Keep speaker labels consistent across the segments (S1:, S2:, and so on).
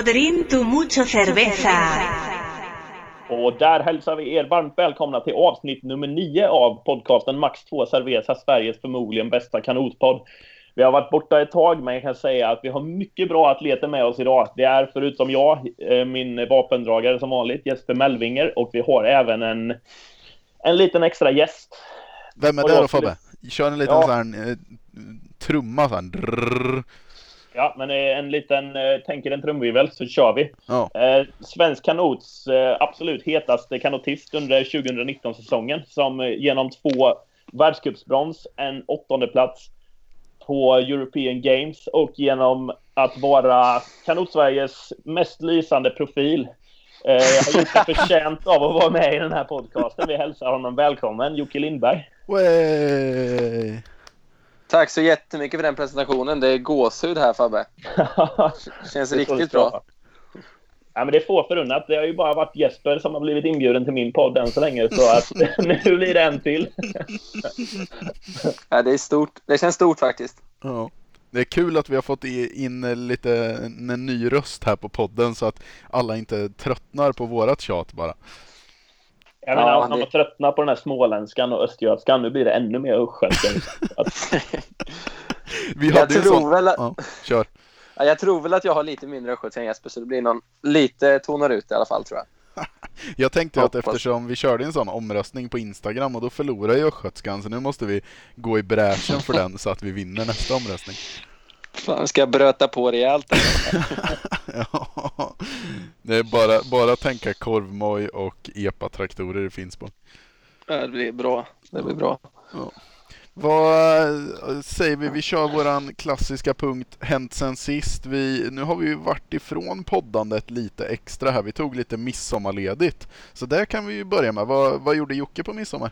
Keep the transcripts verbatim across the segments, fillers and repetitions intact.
S1: Podrinto mucho cerveza.
S2: Och där hälsar vi er varmt välkomna till avsnitt nummer nio av podcasten Max två Cerveza, Sveriges förmodligen bästa kanotpodd. Vi har varit borta ett tag, men jag kan säga att vi har mycket bra atleter med oss idag. Det är förutom jag, min vapendragare som vanligt, Jesper Mellvinger, och vi har även en, en liten extra gäst.
S3: Vem är det då, Fabbe? Kör en liten
S2: ja.
S3: sån här, eh, trumma sån här.
S2: Ja, men en liten, eh, tänker en trumvivel så kör vi.
S3: Ja.
S2: Eh, Svensk kanots eh, absolut hetaste kanotist under tjugonitton-säsongen som eh, genom två världscupsbrons, en åttonde plats på European Games och genom att vara Kanot-Sveriges mest lysande profil eh, har gjort sig förtjänt av att vara med i den här podcasten. Vi hälsar honom välkommen, Jocke Lindberg.
S3: Wey.
S4: Tack så jättemycket för den presentationen. Det är gåshud här, Fabbe. Känns
S2: Det
S4: riktigt bra.
S2: Ja, men det är få förunnat. Det har ju bara varit Jesper som har blivit inbjuden till min podd än så länge. Så att nu blir det en till.
S4: Ja, det är stort. Det känns stort faktiskt.
S3: Ja. Det är kul att vi har fått in lite en ny röst här på podden så att alla inte tröttnar på vårat tjat bara.
S2: Jag menar,
S4: Ja,
S2: om
S4: det...
S2: man tröttnar på den här småländskan och östgötskan, nu blir det ännu mer östgötskan.
S3: Vi hade
S4: jag, tror
S3: sån...
S4: väl att...
S3: ja, kör.
S4: Ja, jag tror väl att jag har lite mindre östgötska än Jesper, så det blir någon lite tonar ut i alla fall, tror jag.
S3: Jag tänkte att eftersom vi körde en sån omröstning på Instagram och då förlorade jag östgötskan, så nu måste vi gå i bräschen för den så att vi vinner nästa omröstning.
S4: Fan, ska jag bröta på rejält?
S3: Ja, det är bara, bara tänka korvmoj och epa-traktorer det finns på.
S4: Ja, det blir bra. Det blir bra.
S3: Ja. Vad säger vi? Vi kör våran klassiska punkt hänt sen sist. Vi, nu har vi ju varit ifrån poddandet lite extra här. Vi tog lite midsommarledigt. Så där kan vi ju börja med. Vad, vad gjorde Jocke på midsommar?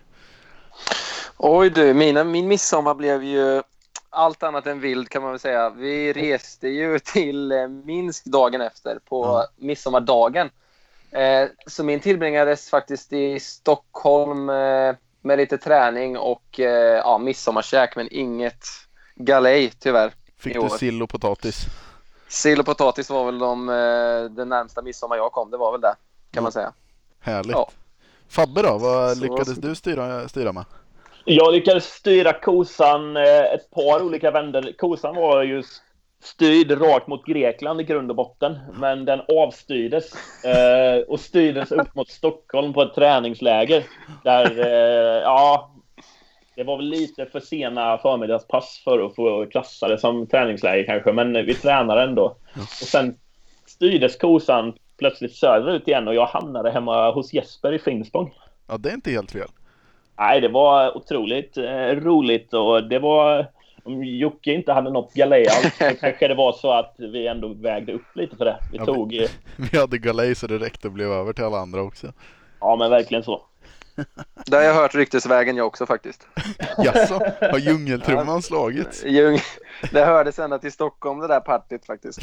S4: Oj du, mina, min midsommar blev ju allt annat än vild, kan man väl säga. Vi reste ju till Minsk dagen efter på
S3: ja.
S4: midsommardagen. Eh, så min tillbringades faktiskt i Stockholm eh, med lite träning och eh, ja, midsommarkäk, men inget galej tyvärr.
S3: Fick du sill och potatis?
S4: Sill och potatis var väl de, eh, den närmsta midsommar jag kom. Det var väl det, kan
S3: ja.
S4: man säga.
S3: Härligt.
S4: Ja.
S3: Fabbe då, vad
S4: så,
S3: lyckades
S4: så...
S3: du styra, styra med?
S2: Jag lyckades styra kosan eh, ett par olika vändor. Kosan var ju styrd rakt mot Grekland i grund och botten, men den avstyrdes eh, och styrdes upp mot Stockholm på ett träningsläger där, eh, ja, det var väl lite för sena förmiddagspass för att få klassa det som träningsläger kanske, men vi tränade ändå. Och sen styrdes kosan plötsligt söderut igen och jag hamnade hemma hos Jesper i Finspång.
S3: Ja, det är inte helt fel.
S2: Nej, det var otroligt eh, roligt och det var, om Jocke inte hade något galej alls, så kanske det var så att vi ändå vägde upp lite för det. Vi
S3: ja,
S2: tog...
S3: Vi, vi hade galej så det räckte och blev över till alla andra också.
S2: Ja, men verkligen så.
S4: Där har jag hört ryktesvägen jag också faktiskt.
S3: Jaså, har djungeltrumman ja. slagits?
S4: Djung... Det hördes ända till Stockholm, det där partyt faktiskt.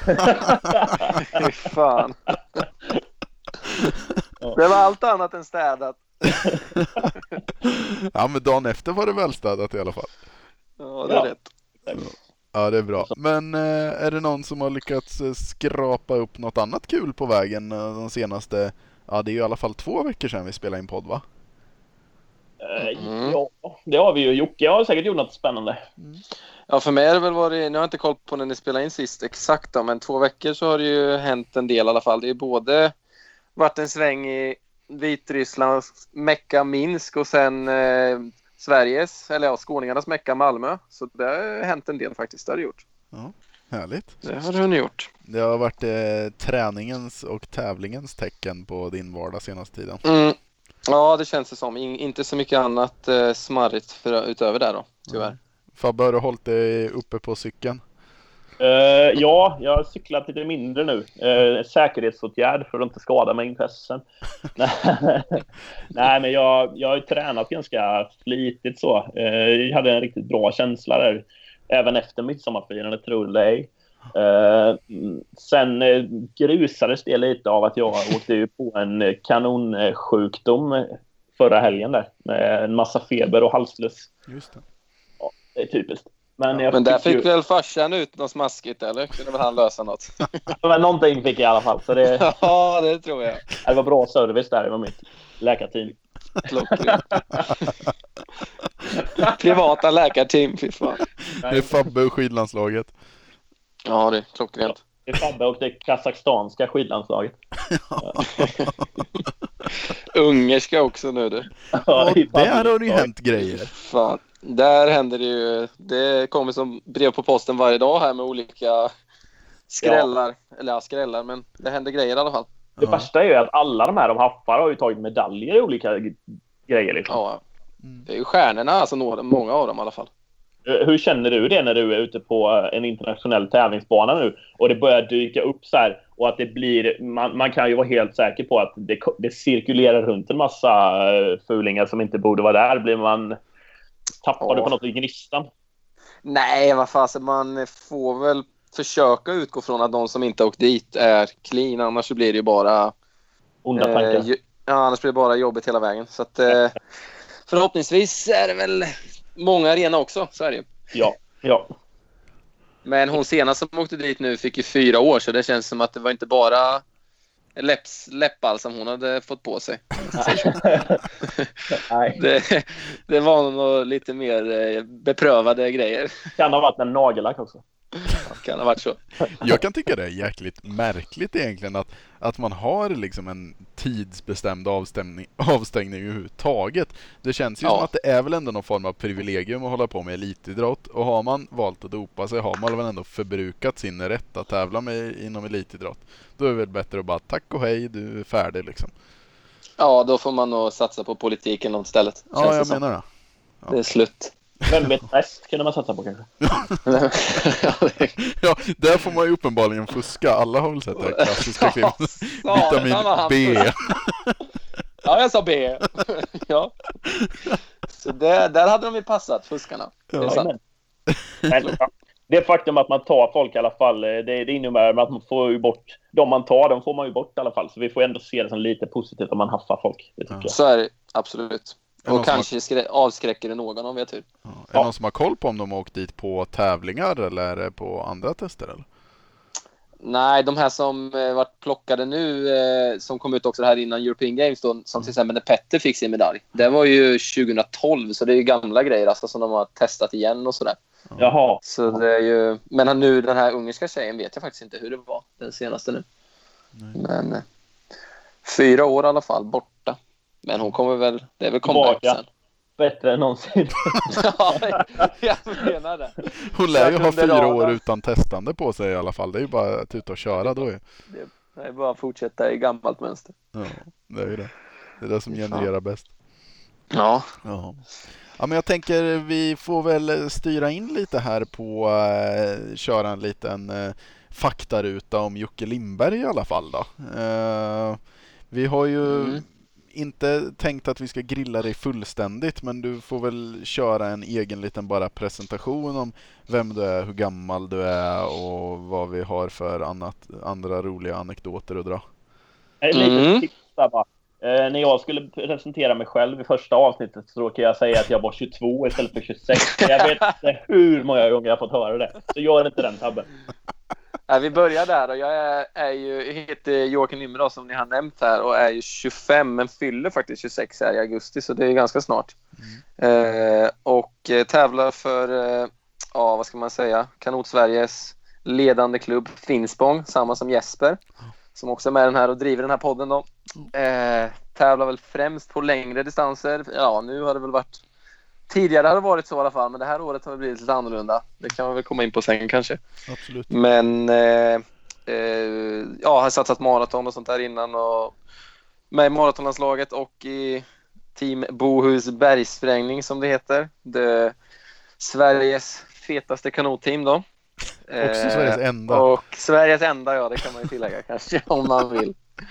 S4: Fy fan. Det var allt annat än städat.
S3: Ja, men dagen efter var det välstädat i alla fall.
S4: Ja, det är ja. rätt.
S3: Ja, det är bra. Men eh, är det någon som har lyckats skrapa upp något annat kul på vägen de senaste, ja det är ju i alla fall två veckor sedan vi spelade in podd, va?
S2: Mm. Ja, det har vi ju. Jocke har säkert gjort något spännande.
S4: Mm. Ja, för mig är det väl varit, nu har jag inte koll på när ni spelade in sist exakt då, men två veckor så har det ju hänt en del i alla fall. Det är både varit en sväng i Vitryssland, Mecka, Minsk och sen eh, Sveriges, eller ja, skåningarnas Mecka, Malmö. Så det har hänt en del faktiskt, det har det gjort.
S3: Ja, härligt.
S4: Det har du gjort.
S3: Det har varit eh, träningens och tävlingens tecken på din vardag senaste tiden.
S4: Mm. Ja, det känns det som. In, inte så mycket annat eh, smarrigt för, utöver det då, tyvärr. Mm.
S3: Fabbe, har du hållit dig uppe på cykeln?
S2: Uh, ja, jag har cyklat lite mindre nu. Uh, säkerhetsåtgärd för att inte skada mig intressen. Nej, men jag, jag har ju tränat ganska flitigt så. Uh, jag hade en riktigt bra känsla där. Även efter midsommarfirandet, tror det ej. Uh, sen uh, grusades det lite av att jag åkte ju på en kanonsjukdom förra helgen där. Med en massa feber och halsfluss.
S3: Just det.
S2: Ja, det är typiskt. Men, jag
S4: Men där fick
S2: ju...
S4: väl farsan ut något smaskigt, eller? Kunde väl han lösa något?
S2: Men någonting fick jag i alla fall. Så det...
S4: Ja, det tror jag.
S2: Det var bra service där med mitt läkarteam.
S4: Klockrent. Privata läkarteam, fy fan.
S3: Det är Fabbe och skidlandslaget.
S4: Ja, det är klockrent.
S2: Det är Fabbe och det kazakstanska skidlandslaget.
S4: Ungerska också nu, du.
S3: Ja, där har det ju hänt grejer.
S4: Fan. Där händer det ju. Det kommer som brev på posten varje dag här med olika skrällar. Ja. Eller ja, skrällar, men det händer grejer i alla fall.
S2: Det ja. Värsta är ju att alla de här de haffar har ju tagit medaljer i olika grejer liksom.
S4: Ja, det är ju stjärnorna, alltså några, många av dem i alla fall.
S2: Hur känner du det när du är ute på en internationell tävlingsbana nu och det börjar dyka upp så här och att det blir, man, man kan ju vara helt säker på att det, det cirkulerar runt en massa fulingar som inte borde vara där. Blir man, tappar ja. Du på något i gnistan? Nej,
S4: vad fan, så man får väl försöka utgå från att de som inte åkt dit är clean, annars så blir det ju bara
S2: onda tankar.
S4: Eh, ja, annars blir det bara jobbigt hela vägen. Så att eh, förhoppningsvis är det väl många rena också, så är det ju.
S2: Ja, ja.
S4: Men hon senast som åkte dit nu fick ju fyra år, så det känns som att det var inte bara läpps, läppal som hon hade fått på sig.
S2: Nej.
S4: det, det var nog lite mer beprövade grejer.
S2: Kan ha varit en nagellack också.
S4: Kan ha varit så.
S3: Jag kan tycka det är jäkligt märkligt egentligen att, att man har liksom en tidsbestämd avstängning, avstängning överhuvudtaget. Det känns ju ja. Som att det är väl ändå någon form av privilegium att hålla på med elitidrott. Och har man valt att dopa sig har man väl ändå förbrukat sin rätt att tävla med inom elitidrott. Då är det väl bättre att bara tack och hej, du är färdig liksom.
S4: Ja, då får man nog satsa på politiken något stället.
S3: Ja, jag menar det.
S4: Ja. Det är slut.
S2: Vem vet bäst kunde man satsa på kanske?
S3: Ja, där får man ju uppenbarligen fuska. Alla har väl sett det här klassiska klippet. Vitamin B.
S4: Ja, jag sa B. Ja. Så det, där hade de ju passat, fuskarna.
S3: Ja.
S4: Det är sant.
S2: Men, det faktum att man tar folk i alla fall, det, det innebär att man får ju bort de man tar, de får man ju bort i alla fall. Så vi får ändå se det som lite positivt om man haffar folk. Det tycker
S3: Ja.
S2: jag.
S4: Så är det, absolut.
S3: Är
S4: och kanske har... skrä- avskräcker det någon om vi har tur.
S3: Ja. Är det ja. Någon som har koll på om de har åkt dit på tävlingar eller är det på andra tester? Eller?
S4: Nej, de här som eh, varit plockade nu eh, som kom ut också här innan European Games då, som till exempel när Petter fick sin medalj. Det var ju tjugohundratolv, så det är ju gamla grejer alltså, som de har testat igen och sådär.
S2: Jaha.
S4: Så det är ju... Men nu den här ungerska tjejen vet jag faktiskt inte hur det var den senaste nu. Nej. Men eh, fyra år i alla fall borta. Men hon kommer väl, det är väl comeback sen.
S2: Bättre än någonsin.
S4: Ja, jag menar det.
S3: Hon lär ju ha fyra år utan testande på sig i alla fall. Det är ju bara att ut och köra då ju.
S4: Det är bara att fortsätta i gammalt mönster.
S3: Ja, det är ju det. Det är det som genererar bäst.
S4: Ja.
S3: Ja. Ja, men jag tänker vi får väl styra in lite här på uh, köra en liten uh, faktaruta om Jocke Lindberg i alla fall då. Uh, vi har ju mm. inte tänkt att vi ska grilla dig fullständigt, men du får väl köra en egen liten bara presentation om vem du är, hur gammal du är och vad vi har för annat, andra roliga anekdoter att dra.
S2: En liten mm. tips där bara. Eh, när jag skulle presentera mig själv i första avsnittet så råkade jag säga att jag var tjugotvå istället för tjugosex. Jag vet inte hur många gånger jag har fått höra det. Så gör inte den tabben.
S4: Ja, vi börjar där och jag är, är ju, heter Joakim Lindberg som ni har nämnt här och är ju tjugofem men fyller faktiskt tjugosex här i augusti, så det är ganska snart. Mm. Eh, och eh, tävlar för, eh, ja vad ska man säga, Kanot-Sveriges ledande klubb Finspång, samma som Jesper som också är med den här och driver den här podden då. Eh, tävlar väl främst på längre distanser. Ja, nu har det väl varit tidigare har det varit så i alla fall, men det här året har det blivit lite annorlunda. Det kan man väl komma in på sen kanske.
S3: Absolut.
S4: Men eh, eh, ja, har satsat maraton och sånt där innan och med i maratonlandslaget och i team Bohus bergsprängning som det heter. Det Sveriges fetaste kanotteam då.
S3: Också Sveriges enda.
S4: Och Sveriges enda, ja, det kan man ju tillägga kanske om man vill.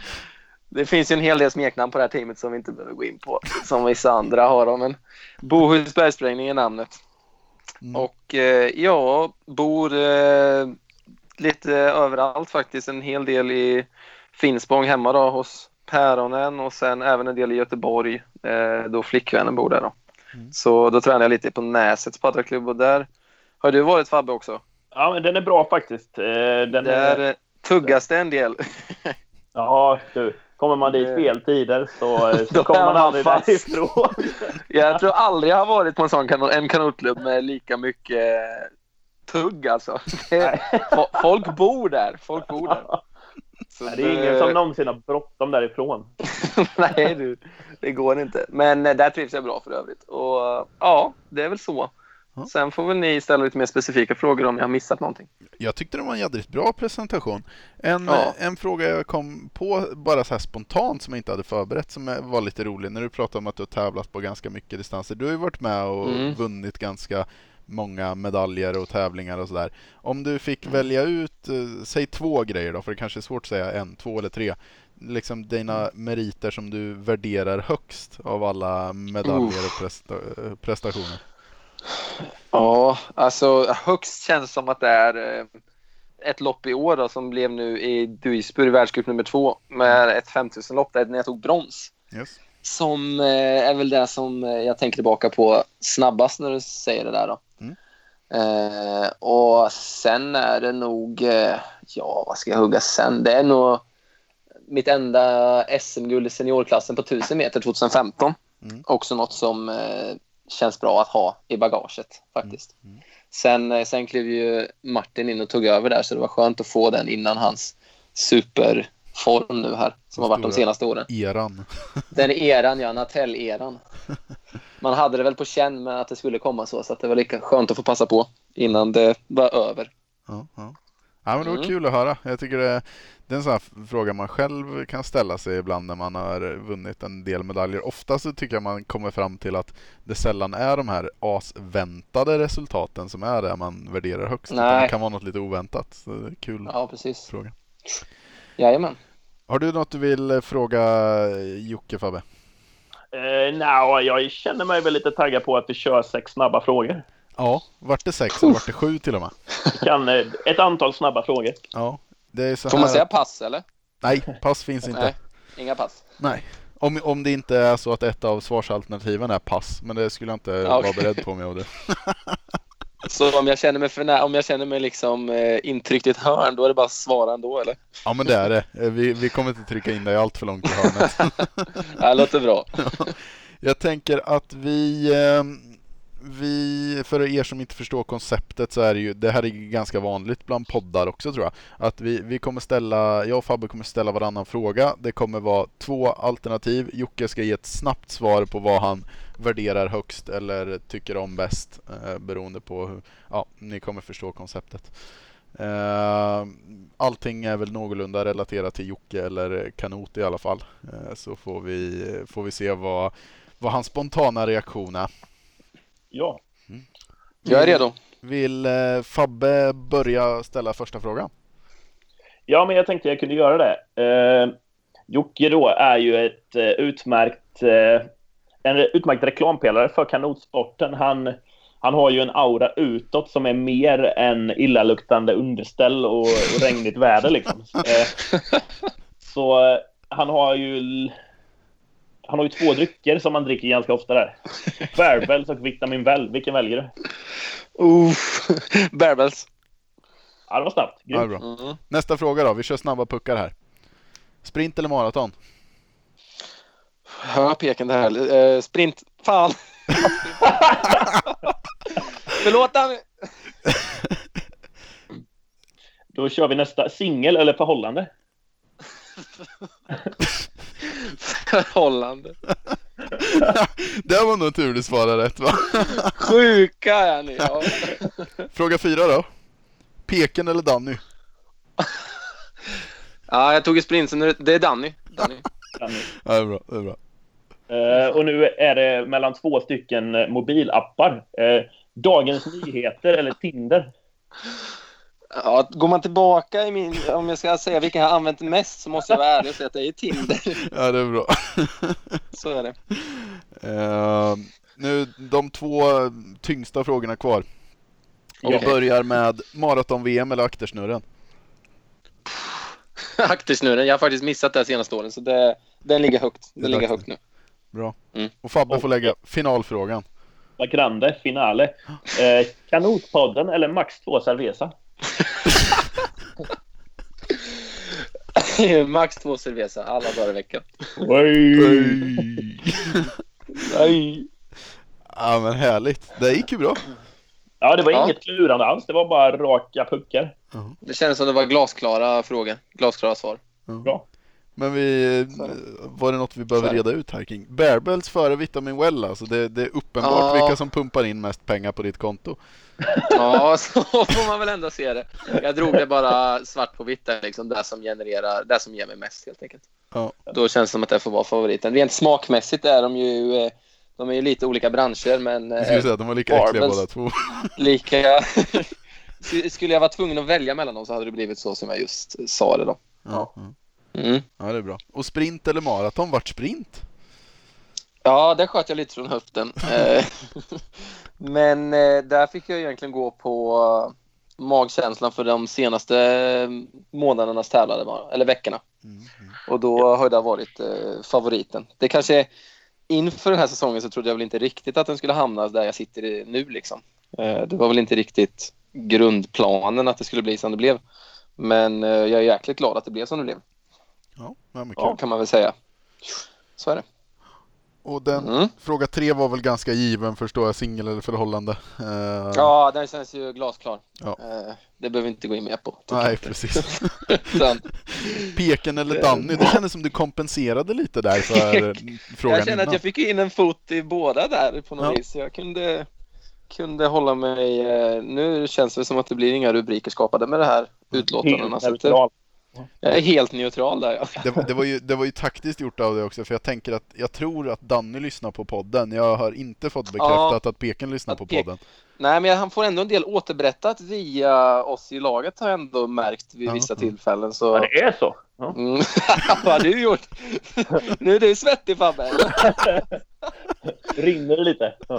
S4: Det finns ju en hel del smeknamn på det här teamet som vi inte behöver gå in på, som vissa andra har, men Bohus bergsprängning är namnet. Mm. Och eh, jag bor eh, lite överallt faktiskt, en hel del i Finspång hemma då hos Päronen och sen även en del i Göteborg eh, då flickvännen bor där då. Mm. Så då tränar jag lite på Näsets paddlarklubb och där Har du varit, Fabbe, också?
S2: Ja, men den är bra faktiskt. Eh, Den
S4: Där
S2: är...
S4: tuggas det en del.
S2: Ja, du. Kommer man dit
S4: Det-
S2: fel tider så,
S4: Då
S2: så kommer
S4: är
S2: man
S4: man
S2: aldrig
S4: fast.
S2: därifrån.
S4: Jag tror aldrig jag har varit på en sån kanot, en kanotklubb med lika mycket tugg, alltså. Det, fo- folk bor där. Folk bor där. Så
S2: Det är ingen som någonsin har bråttom därifrån.
S4: Nej, du, det går inte. Men eh, där trivs jag bra för övrigt. Och eh, ja, det är väl så.
S3: Ja.
S4: Sen får väl ni ställa lite mer specifika frågor om jag har missat någonting.
S3: Jag tyckte det var en jädrigt bra presentation. En,
S4: Ja.
S3: en fråga jag kom på bara så här spontant som jag inte hade förberett, som var lite rolig. När du pratade om att du har tävlat på ganska mycket distanser. Du har ju varit med och
S4: Mm.
S3: vunnit ganska många medaljer och tävlingar och sådär. Om du fick välja ut, eh, säg två grejer då, för det kanske är svårt att säga en, två eller tre. Liksom dina meriter som du värderar högst av alla medaljer och presta- eh, prestationer.
S4: Ja, alltså högst känns som att det är eh, ett lopp i år då, som blev nu i Duisburg, världscup nummer två, med ett femtusen-lopp där när jag tog brons.
S3: Yes.
S4: Som eh, är väl det som eh, jag tänker tillbaka på snabbast när du säger det där då.
S3: Mm.
S4: Eh, och sen är det nog, eh, ja vad ska jag hugga sen? Det är nog mitt enda S M-guld i seniorklassen på tusen meter tjugohundrafemton.
S3: Mm.
S4: Också något som eh, känns bra att ha i bagaget faktiskt.
S3: Mm. Mm.
S4: Sen, eh, sen klev ju Martin in och tog över där, så det var skönt att få den innan hans superform nu här som har varit de
S3: Stora
S4: senaste åren.
S3: Eran.
S4: Den eran, ja, Natell-eran. Man hade det väl på känn med att det skulle komma så, så att det var lika skönt att få passa på innan det var över.
S3: Ja, ja. Ja, men det var
S4: Mm.
S3: kul att höra. Jag tycker det, det är en sån här fråga man själv kan ställa sig ibland när man har vunnit en del medaljer. Ofta så tycker jag man kommer fram till att det sällan är de här asväntade resultaten som är det man värderar högst. Utan
S4: Nej.
S3: det kan vara något lite oväntat. Så det är kul
S4: Ja, precis.
S3: fråga.
S4: Jajamän.
S3: Har du något du vill fråga Jocke, Fabbe?
S2: Eh, no, jag känner mig väl lite taggad på att vi kör sex snabba frågor.
S3: Ja, vart det sex eller vart det sju till och med?
S2: Vi kan, eh, ett antal snabba frågor.
S3: Ja, det är så
S4: Får
S3: här
S4: man säga
S3: att-
S4: pass, eller?
S3: Nej, pass finns inte.
S4: Nej, inga pass.
S3: Nej. Om, om det inte är så att ett av svarsalternativen är pass. Men det skulle jag inte
S4: Ja,
S3: vara
S4: okej.
S3: beredd på med av det.
S4: Så om jag känner mig, för nä- om jag känner mig liksom eh, intryckt i ett hörn, då är det bara att svara ändå, eller?
S3: Ja, men det är det. Vi, vi kommer inte trycka in dig allt för långt i hörnet.
S4: Ja, det låter bra.
S3: Jag tänker att vi, eh, vi, för er som inte förstår konceptet, så är det ju, det här är ganska vanligt bland poddar också tror jag. Att vi, vi kommer ställa, jag och Fabbe kommer ställa varannan fråga. Det kommer vara två alternativ. Jocke ska ge ett snabbt svar på vad han värderar högst eller tycker om bäst, eh, beroende på hur, ja, ni kommer förstå konceptet. Uh, allting är väl någorlunda relaterat till Jocke eller kanot i alla fall. Uh, så får vi, får vi se vad, vad hans spontana reaktion är.
S2: Ja.
S4: Jag är redo.
S3: Vill uh, Fabbe börja ställa första frågan?
S2: Ja, men jag tänkte jag kunde göra det. Eh, Jocke då är ju ett eh, utmärkt, eh, en utmärkt reklampelare för kanotsporten. Han, han har ju en aura utåt som är mer än illaluktande underställ och, och regnigt väder liksom. Eh, så eh, han har ju han har ju två drycker som man dricker ganska ofta där. Bärbels och Vitamin Well. Vilken väljer du?
S4: Uh, Bärbels.
S2: Ja, det var snabbt.
S3: Ja, det är
S2: Grymt.
S3: bra.
S4: Mm.
S3: Nästa fråga då, vi kör snabba puckar här. Sprint eller maraton?
S4: Hör peken det här. Eh, sprint. Fan. Förlåt mig.
S2: Då kör vi nästa. Singel eller förhållande?
S4: Förhållande.
S3: Det var nog tur du svarade rätt, va?
S4: Sjuka är ni. Ja.
S3: Fråga fyra då. Peken eller Danny?
S4: Ja, jag tog ju sprint, så nu, det är Danny. Danny.
S3: Ja, det är bra, det är bra.
S2: Uh, och nu är det mellan två stycken uh, mobilappar. Uh, Dagens Nyheter eller Tinder?
S4: Ja, går man tillbaka i min, om jag ska säga vilken jag har använt mest, så måste jag vara ärlig och säga att det är Tinder.
S3: Ja, det är bra.
S4: Så är det.
S3: Uh, nu de två tyngsta frågorna kvar. Vi
S4: Okej.
S3: börjar med maraton-V M eller aktersnurren.
S4: Aktersnurren, jag har faktiskt missat det här senaste åren, så det, den ligger högt.
S3: Det är
S4: Den ligger
S3: dags
S4: högt nu.
S3: Bra.
S4: Mm.
S3: Och Fabbe får lägga finalfrågan.
S2: Copa Grande finale. Eh, Kanotpodden eller Max två Cerveza?
S4: Max två Cerveza alla dagar i veckan.
S3: Oj.
S4: Nej.
S3: Ja, men härligt. Det gick ju bra.
S2: Ja, det var
S4: Ja.
S2: inget klurande alls. Det var bara raka puckar.
S4: Det kändes som det var glasklara frågor. Glasklara svar.
S2: Bra.
S3: Men vi, var det något vi behöver
S4: Så.
S3: reda ut här kring? Bearbells före Vitamin Well, alltså det, det är uppenbart
S4: Ja.
S3: vilka som pumpar in mest pengar på ditt konto.
S4: Ja, så får man väl ändå se det. Jag drog det bara svart på vitt där, liksom det som genererar, det som ger mig mest helt enkelt.
S3: Ja.
S4: Då känns det som att det får vara favoriten. Rent smakmässigt är de ju eh, de är ju lite olika branscher, men
S3: Jag skulle
S4: eh,
S3: säga att de var lika äckliga
S4: Barbells.
S3: båda två.
S4: lika skulle jag vara tvungen att välja mellan dem så hade det blivit så som jag just sa det då.
S3: Ja, ja.
S4: Mm.
S3: Ja, det är bra. Och sprint eller maraton? Vart sprint?
S4: Ja, där sköt jag lite från höften. Eh, Men eh, där fick jag egentligen gå på eh, magkänslan för de senaste eh, månadernas tävlande, bara, eller veckorna.
S3: Mm, mm.
S4: Och då har det varit eh, favoriten. Det kanske inför den här säsongen så trodde jag väl inte riktigt att den skulle hamna där jag sitter i nu liksom. Eh, det var väl inte riktigt grundplanen att det skulle bli som det blev. Men eh, jag är jäkligt glad att det blev som det blev.
S3: Ja, men kul.
S4: Ja, kan man väl säga. Så är det.
S3: Och den,
S4: Mm.
S3: fråga tre var väl ganska given, förstår jag, singel eller förhållande. Uh,
S4: Ja, den känns ju glasklar.
S3: Ja.
S4: Eh, det behöver vi inte gå in mer på.
S3: Nej, precis.
S4: Sen,
S3: Peken eller Danny, det kändes som du kompenserade lite där för frågan
S4: jag känner
S3: innan.
S4: att jag fick in en fot i båda där på något
S3: Ja.
S4: vis. Jag kunde, kunde hålla mig... Eh, nu känns det som att det blir inga rubriker skapade med det här utlåtandena. Så att,
S2: Neutral.
S4: jag är helt neutral där. Ja.
S3: Det, var- det, var ju, det var ju taktiskt gjort av det också, för jag tänker att jag tror att Danny lyssnar på podden. Jag har inte fått bekräftat att Peken lyssnar
S4: Att
S3: på
S4: Pek-
S3: podden.
S4: Nej, men han får ändå en del återberättat via oss i laget, har jag ändå märkt vid
S3: Ja,
S4: vissa
S3: ja.
S4: tillfällen. Så...
S2: Ja, det är så. Ja.
S4: Mm. Vad har du gjort? Nu är du svettig, Fabbe.
S2: Rinner det lite. Ja.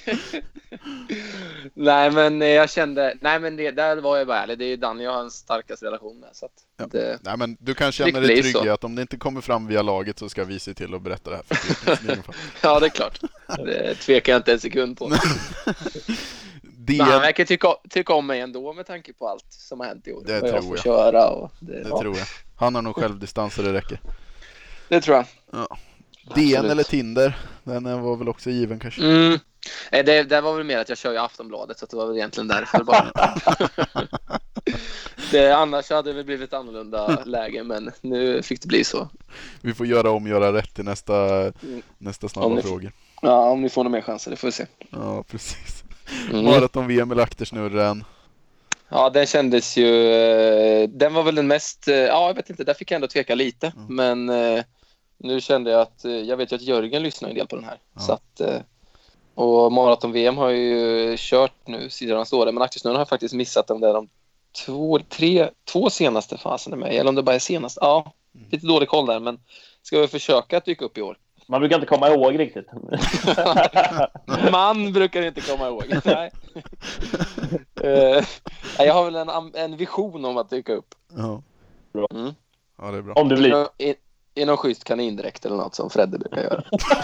S4: Nej, men jag kände... Nej, men det, där var jag bara ärlig. Det är ju Danny jag har en starkast relation med. Så att
S3: Ja.
S4: det...
S3: Nej, men du kan
S4: Det
S3: känna dig
S4: blir
S3: trygg
S4: så.
S3: i att om det inte kommer fram via laget så ska vi se till att berätta det här för Peken.
S4: Ja, det är klart. Det tvekar jag inte en sekund på.
S3: D
S4: Men han
S3: M,
S4: verkar tycka, tycka om mig ändå med tanke på allt som har hänt i år.
S3: Det
S4: och jag
S3: tror
S4: får
S3: jag.
S4: köra och det,
S3: det
S4: ja,
S3: tror jag. Han har nog självdistans så det räcker.
S4: det tror jag.
S3: D N
S4: Absolut.
S3: eller Tinder, den var väl också given kanske.
S4: Mm. Nej, Det, det var väl mer att jag kör ju Aftonbladet, så att det var väl egentligen därför bara. det, annars hade det väl blivit annorlunda läge, men nu fick det bli så.
S3: Vi får göra om, göra rätt till nästa,
S4: Mm.
S3: nästa
S4: Om
S3: snabba
S4: ni-
S3: frågor.
S4: Ja, om vi får några mer chanser, det får vi se.
S3: Ja, precis.
S4: Mm.
S3: Maraton-V M eller aktersnurren.
S4: Ja, den kändes ju... eh, Den var väl den mest... eh, Ja, jag vet inte, där fick jag ändå tveka lite.
S3: Mm.
S4: Men eh, nu kände jag att... eh, Jag vet ju att Jörgen lyssnar en del på den här.
S3: Ja.
S4: Så att, eh, och Maraton-V M har ju kört nu senaste året. Men aktersnurren har jag faktiskt missat de där de två, tre, två senaste faserna med. Eller om det bara är senast. Ja,
S3: Mm.
S4: lite dålig koll där. Men ska vi försöka att dyka upp i år?
S2: Man brukar inte komma ihåg riktigt.
S4: Man brukar inte komma ihåg. Nej. Eh, jag har väl en, am- en vision om att dyka upp.
S3: Ja.
S4: Mm.
S3: Ja, det är bra.
S2: Om det
S4: I,
S2: blir.
S4: nå- i, i någon schysst kanindräkt eller något som Fredde brukar göra.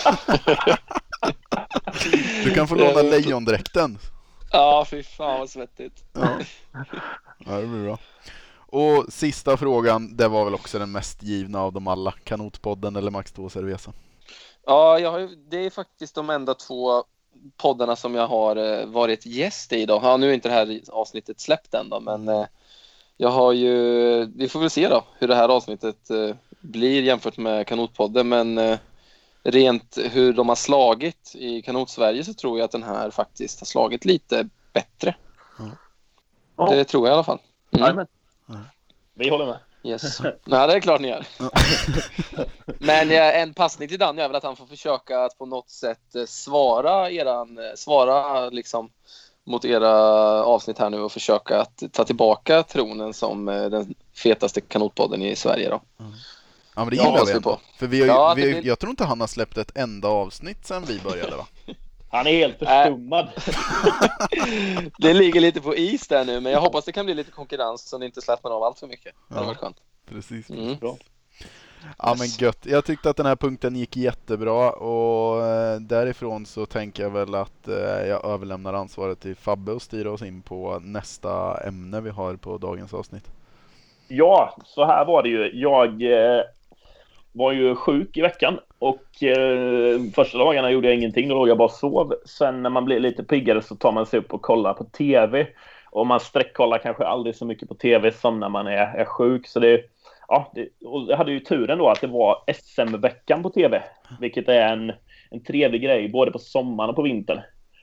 S3: Du kan få låna lejondräkten.
S4: Ja, fy fan vad svettigt.
S3: Ja. Ja, det blir bra. Och sista frågan, det var väl också den mest givna av dem alla. Kanotpodden eller Max två Cerveza?
S4: Ja, jag har, ju- det är faktiskt de enda två poddarna som jag har eh, varit gäst i idag. Ja, nu är inte det här avsnittet släppt än då, men eh, jag har ju... Vi får väl se då hur det här avsnittet eh, blir jämfört med Kanotpodden, men eh, rent hur de har slagit i Kanot-Sverige så tror jag att den här faktiskt har slagit lite bättre.
S2: Ja.
S4: Det tror jag i alla fall. Mm.
S2: Jajamän.
S3: Mm.
S2: Vi håller med.
S4: Yes. Nej, det är klart ni gör. Men eh, en passning till Danny är väl att han får försöka att på något sätt eh, svara eran, eh, svara liksom mot era avsnitt här nu och försöka att ta tillbaka tronen som eh, den fetaste kanotpodden i Sverige då.
S3: Ja, men det
S4: Ja,
S3: gillar
S4: hoppas
S3: vi
S4: vi
S3: ändå.
S4: på.
S3: För vi har ju,
S4: Ja,
S3: vi
S4: det
S3: har, ju-
S4: blir-
S3: jag tror inte han har släppt ett enda avsnitt sedan vi började, va?
S2: Han är helt förstummad.
S4: Det ligger lite på is där nu, men jag hoppas det kan bli lite konkurrens så ni inte slappnar av allt för mycket. Det hade
S3: Ja.
S4: varit skönt.
S3: Precis.
S4: Mm.
S2: Bra.
S3: Ja men gött. Jag tyckte att den här punkten gick jättebra och eh, därifrån så tänker jag väl att eh, jag överlämnar ansvaret till Fabbe och styra oss in på nästa ämne vi har på dagens avsnitt.
S2: Ja, så här var det ju. Jag eh, var ju sjuk i veckan och eh, första dagarna gjorde jag ingenting, då låg jag bara och sov. Sen när man blir lite piggare så tar man sig upp och kollar på tv. Och man sträckkollar kanske aldrig så mycket på tv som när man är, är sjuk. Så det, ja, det, och jag hade ju turen då att det var S M-veckan på tv. Vilket är en, en trevlig grej både på sommaren och på vintern.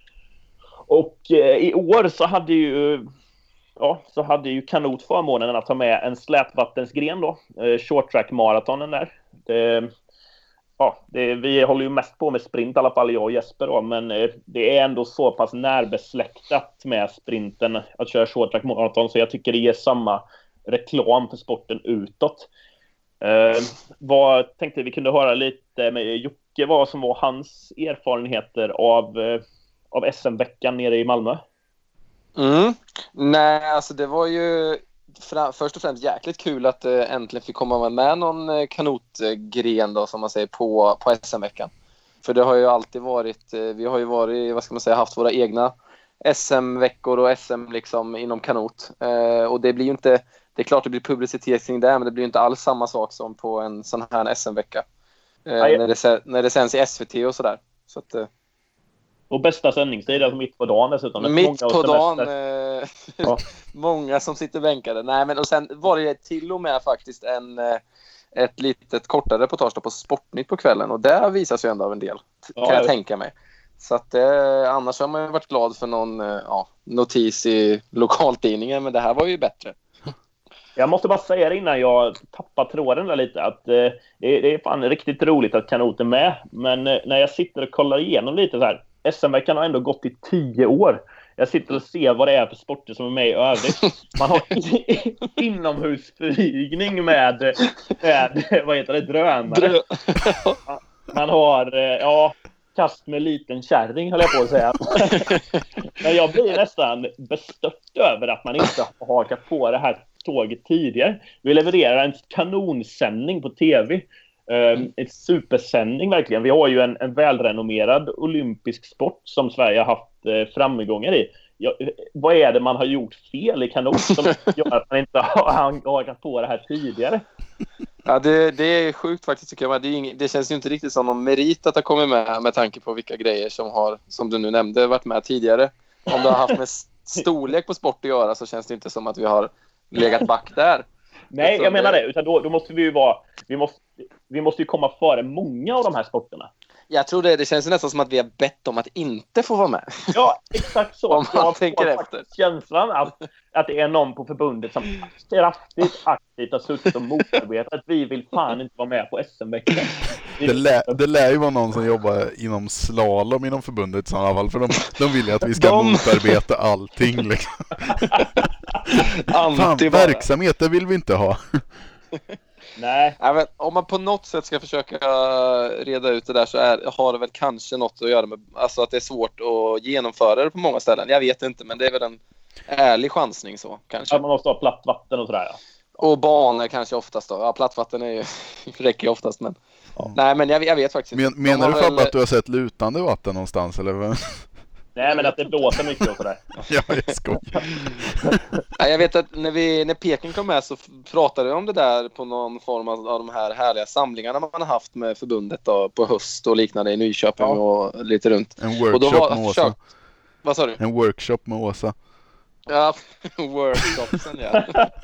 S2: Och eh, i år så hade ju ja, så hade ju Kanot förmånen att ta med en slätvattensgren då. Eh, short track maratonen där. Det, ja, det, vi håller ju mest på med sprint i alla fall, jag och Jesper då, men eh, det är ändå så pass närbesläktat med sprinten att köra short track maraton, så jag tycker det ger samma reklam för sporten utåt. Eh, vad tänkte vi kunde höra lite med Jocke vad som var hans erfarenheter av, eh, av S M-veckan nere i Malmö?
S4: Mm. Nej, alltså det var ju fra, först och främst jäkligt kul att äh, äntligen fick komma med någon äh, kanotgren då, som man säger, på, på S M-veckan. För det har ju alltid varit, äh, vi har ju varit, vad ska man säga, haft våra egna S M-veckor och S M liksom inom kanot. Äh, och det blir ju inte, det är klart det blir publicitet kring det, men det blir ju inte alls samma sak som på en sån här S M-vecka. Äh, när, det, när det sänds i S V T och sådär. Så att... Äh,
S2: Och bästa sändningstid, alltså mitt på dagen dessutom.
S4: Mitt på dagen. Eh, ja. Många som sitter bänkade. Nej, men och sen var det till och med faktiskt en, ett litet kortare reportage på Sportnytt på kvällen. Och där visas ju ändå av en del, kan ja, jag, jag tänka mig. Så att eh, annars har man ju varit glad för någon eh, ja, notis i lokaltidningen. Men det här var ju bättre.
S2: Jag måste bara säga det innan jag tappar tråden där lite, att eh, det, det är fan riktigt roligt att Kanot är med. Men eh, när jag sitter och kollar igenom lite så här, S M-veckan har ändå gått i tio år. Jag sitter och ser vad det är för sporter som är med i övrigt. Man har inomhusflygning med, med vad heter det, drönare. Man har, ja, kast med liten kärring, höll jag på att säga. Men jag blir nästan bestört över att man inte har hakat på det här tåget tidigare. Vi levererar en kanonsändning på tv. Um, ett supersändning verkligen. Vi har ju en, en välrenommerad olympisk sport som Sverige har haft eh, framgångar i. Ja, vad är det man har gjort fel i kanot som gör att man inte har hakat på det här tidigare?
S4: Ja, det, det är sjukt faktiskt tycker jag. Det, är ing, det känns ju inte riktigt som någon merit att ha kommit med med tanke på vilka grejer som har, som du nu nämnde, varit med tidigare. Om det har haft med storlek på sport att göra så känns det inte som att vi har legat back där.
S2: Nej, jag menar det. Utan då, då måste vi ju vara... Vi måste, vi måste ju komma före många av de här sporterna.
S4: Jag tror det. Det känns nästan som att vi har bett om att inte få vara med.
S2: Ja, exakt så.
S4: Om man
S2: jag
S4: tänker efter.
S2: Känslan att, att det är någon på förbundet som kraftigt aktivt har suttit och motarbetat att vi vill fan inte vara med på S M-veckan.
S3: Det, lä, det lär ju vara någon som jobbar inom slalom inom förbundet i alla fall. För de, de vill ju att vi ska de... motarbeta allting. Liksom. Fan, verksamhet, det vill vi inte ha.
S2: Nej.
S4: Ja, men om man på något sätt ska försöka reda ut det där så är, har det väl kanske något att göra med alltså att det är svårt att genomföra det på många ställen. Jag vet inte, men det är väl en ärlig chansning så kanske.
S2: Att man måste ha platt vatten och sådär. Ja.
S4: Och banor kanske oftast då. Ja, platt vatten är ju, räcker ju oftast, men ja. Nej, men jag, jag vet faktiskt inte.
S3: Men, menar du Fabbe väl... att du har sett lutande vatten någonstans eller?
S2: Nej, men att det blåser mycket och sådär.
S3: Ja, jag skojar.
S4: Ja, jag vet att när, vi, när Peking kom med så pratade vi om det där på någon form av, av de här härliga samlingarna man har haft med förbundet då, på höst och liknande i Nyköping ja. Och lite runt.
S3: En workshop
S4: och då var,
S3: med Åsa. Försökt,
S4: vad sa du?
S3: En workshop med Åsa.
S4: Ja, workshopsen, ja.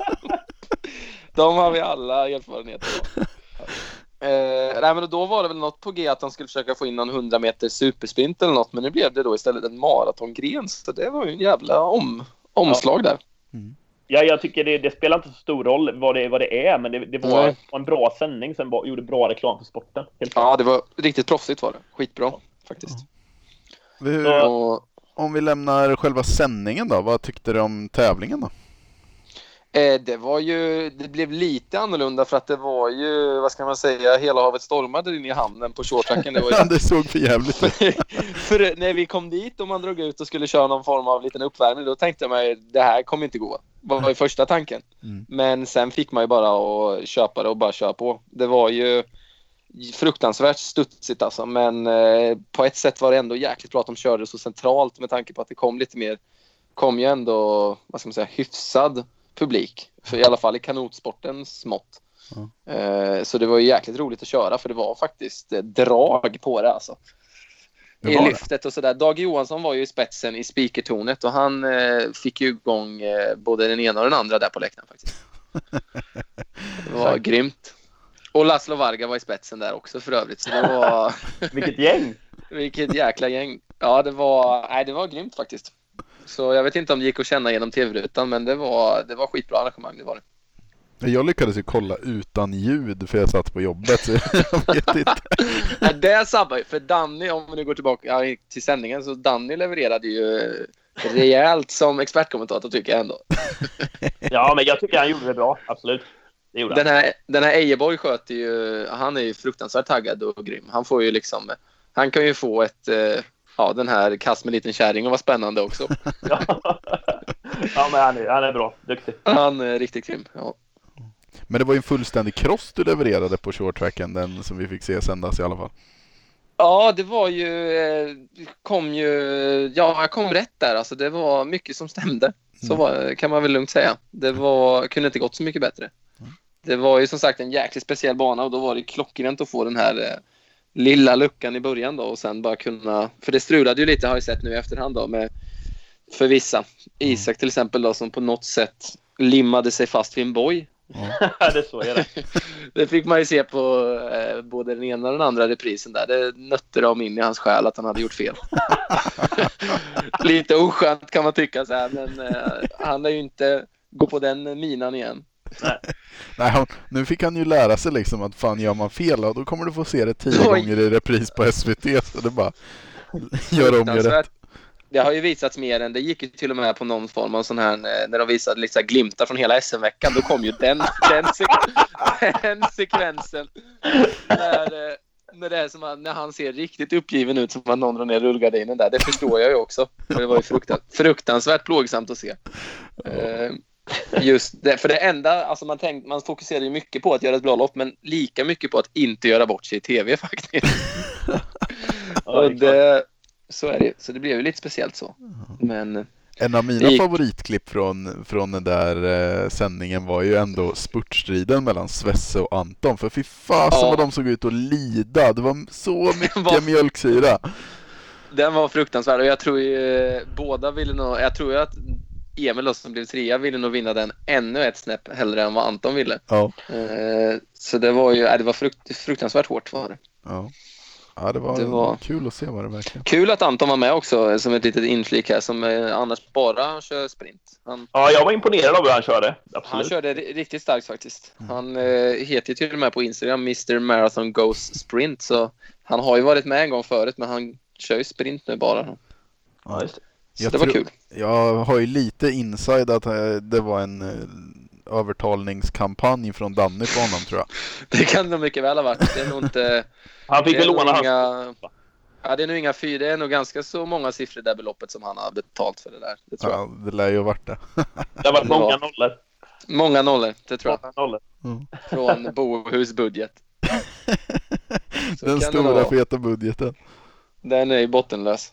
S4: De har vi alla erfarenheter av. Eh, nej, men då var det väl något på G att de skulle försöka få in någon hundra meter supersprint eller något, men nu blev det då istället en maratongren, så det var ju en jävla om, omslag ja. Där.
S3: Mm.
S2: Ja, jag tycker det, det spelar inte så stor roll vad det, vad det är, men det, det var mm. en bra sändning som var, gjorde bra reklam för sporten. Helt
S4: ja, klart. Det var riktigt proffsigt var det. Skitbra, ja. Faktiskt.
S3: Ja. Hur, och, om vi lämnar själva sändningen då, vad tyckte du om tävlingen då?
S4: Eh, det var ju, det blev lite annorlunda för att det var ju, vad ska man säga, hela havet stormade in i hamnen på shorttracken. Det var ju...
S3: Ja, det såg för jävligt ut.
S4: För när vi kom dit och man drog ut och skulle köra någon form av liten uppvärmning, då tänkte jag mig, det här kommer inte gå. Det var ju första tanken. Mm. Men sen fick man ju bara att köpa det och bara köra på. Det var ju fruktansvärt studsigt alltså, men eh, på ett sätt var det ändå jäkligt bra att de körde så centralt med tanke på att det kom lite mer, kom ju ändå, vad ska man säga, hyfsad publik, för i alla fall i kanotsportens mått. Mm. Eh, så det var ju jäkligt roligt att köra, för det var faktiskt eh, drag på det alltså. Det I lyftet och sådär. Dag Johansson var ju i spetsen i speakertornet och han eh, fick ju igång eh, både den ena och den andra där på läktaren faktiskt. Det var grymt. Och Laszlo Varga var i spetsen där också för övrigt. Så det var...
S2: Vilket gäng!
S4: Vilket jäkla gäng. Ja, det var, nej, det var grymt faktiskt. Så jag vet inte om det gick att känna genom tv-rutan, men det var, det var skitbra arrangemang, det var det.
S3: Jag lyckades ju kolla utan ljud för jag satt på jobbet, så jag vet inte.
S4: Ja, det sabbar ju, för Danny, om vi nu går tillbaka till sändningen, så Danny levererade ju rejält som expertkommentator tycker jag ändå.
S2: Ja, men jag tycker han gjorde det bra, absolut. Det gjorde
S4: den här, den här Ejeborg sköter ju, han är ju fruktansvärt taggad och grym. Han får ju liksom, han kan ju få ett, ja, den här kast med liten kärring och var spännande också.
S2: Ja, ja men han är, han är bra, duktig.
S4: Han är riktigt grym, ja.
S3: Men det var ju en fullständig cross du levererade på shorttracken, den som vi fick se sändas i alla fall.
S4: Ja, det var ju, kom ju, ja, jag kom rätt där. Alltså det var mycket som stämde. Så var, kan man väl lugnt säga. Det var, kunde inte gått så mycket bättre. Det var ju som sagt en jäkligt speciell bana och då var det klockrent att få den här eh, lilla luckan i början då och sen bara kunna, för det strulade ju lite har jag sett nu i efterhand då med, för vissa. Isak till exempel då som på något sätt limmade sig fast vid en boj.
S2: Ja, det så är det.
S4: Det fick man ju se på eh, både den ena och den andra reprisen där. Det nötte dem in i hans själ att han hade gjort fel. Lite oskönt kan man tycka så här, men eh, han är ju inte gå på den minan igen.
S2: Nej.
S3: Nej, han, nu fick han ju lära sig liksom att fan gör man fel och då kommer du få se det tio Oj. gånger i repris på S V T, så det bara gör om det rätt.
S4: Det har ju visats mer än, det gick ju till och med på någon form av sån här, när de visade liksom glimtar från hela S M-veckan, då kom ju den, den, sek- den sekvensen när, när, det är som han, när han ser riktigt uppgiven ut som att någon drar ner rullgardinen där, det förstår jag ju också. Det var ju fruktan, fruktansvärt plågsamt att se. Uh, just det, för det enda, alltså man, tänkt, man fokuserar ju mycket på att göra ett bra lopp, men lika mycket på att inte göra bort sig i tv faktiskt. Och det, så är det, så det blev ju lite speciellt så. Men
S3: en av mina gick... favoritklipp från, från den där eh, sändningen var ju ändå spurtstriden mellan Svesse och Anton. För fy fasen ja. vad de såg ut att lida. Det var så mycket var... mjölksyra.
S4: Den var fruktansvärd och jag tror ju båda ville nog, jag tror ju att Emil som blev trea ville nog vinna den ännu ett snäpp hellre än vad Anton ville.
S3: Ja.
S4: Eh, så det var ju, det var frukt, fruktansvärt hårt var det.
S3: Ja. Ja, det var,
S4: det var
S3: kul att se vad det verkligen.
S4: Kul att Anton var med också som ett litet inflik här som eh, annars bara kör sprint. Han,
S2: ja, jag var imponerad av hur han körde. Absolut.
S4: Han körde riktigt starkt faktiskt. Mm. Han eh, heter ju till och med på Instagram mister Marathon Goes Sprint, så han har ju varit med en gång förut, men han kör ju sprint nu bara.
S2: Ja, just det.
S4: Så jag det var tror, kul.
S3: Jag har ju lite inside att det var en övertalningskampanj från Danny på honom, tror jag.
S4: Det kan det mycket väl ha varit. Det är nog inte...
S2: Han fick väl låna
S4: inga... Ja, det är nog inga fyra. Det är nog ganska så många siffror där beloppet som han har betalt för det där. Det tror
S3: ja,
S4: jag.
S3: Det lär ju ha varit det.
S2: Det har varit många var... nollor.
S4: Många nollor, det tror
S2: många jag. Nollor.
S4: Mm. Från Bohus budget.
S3: Den stora feta budgeten.
S4: Den är bottenlös.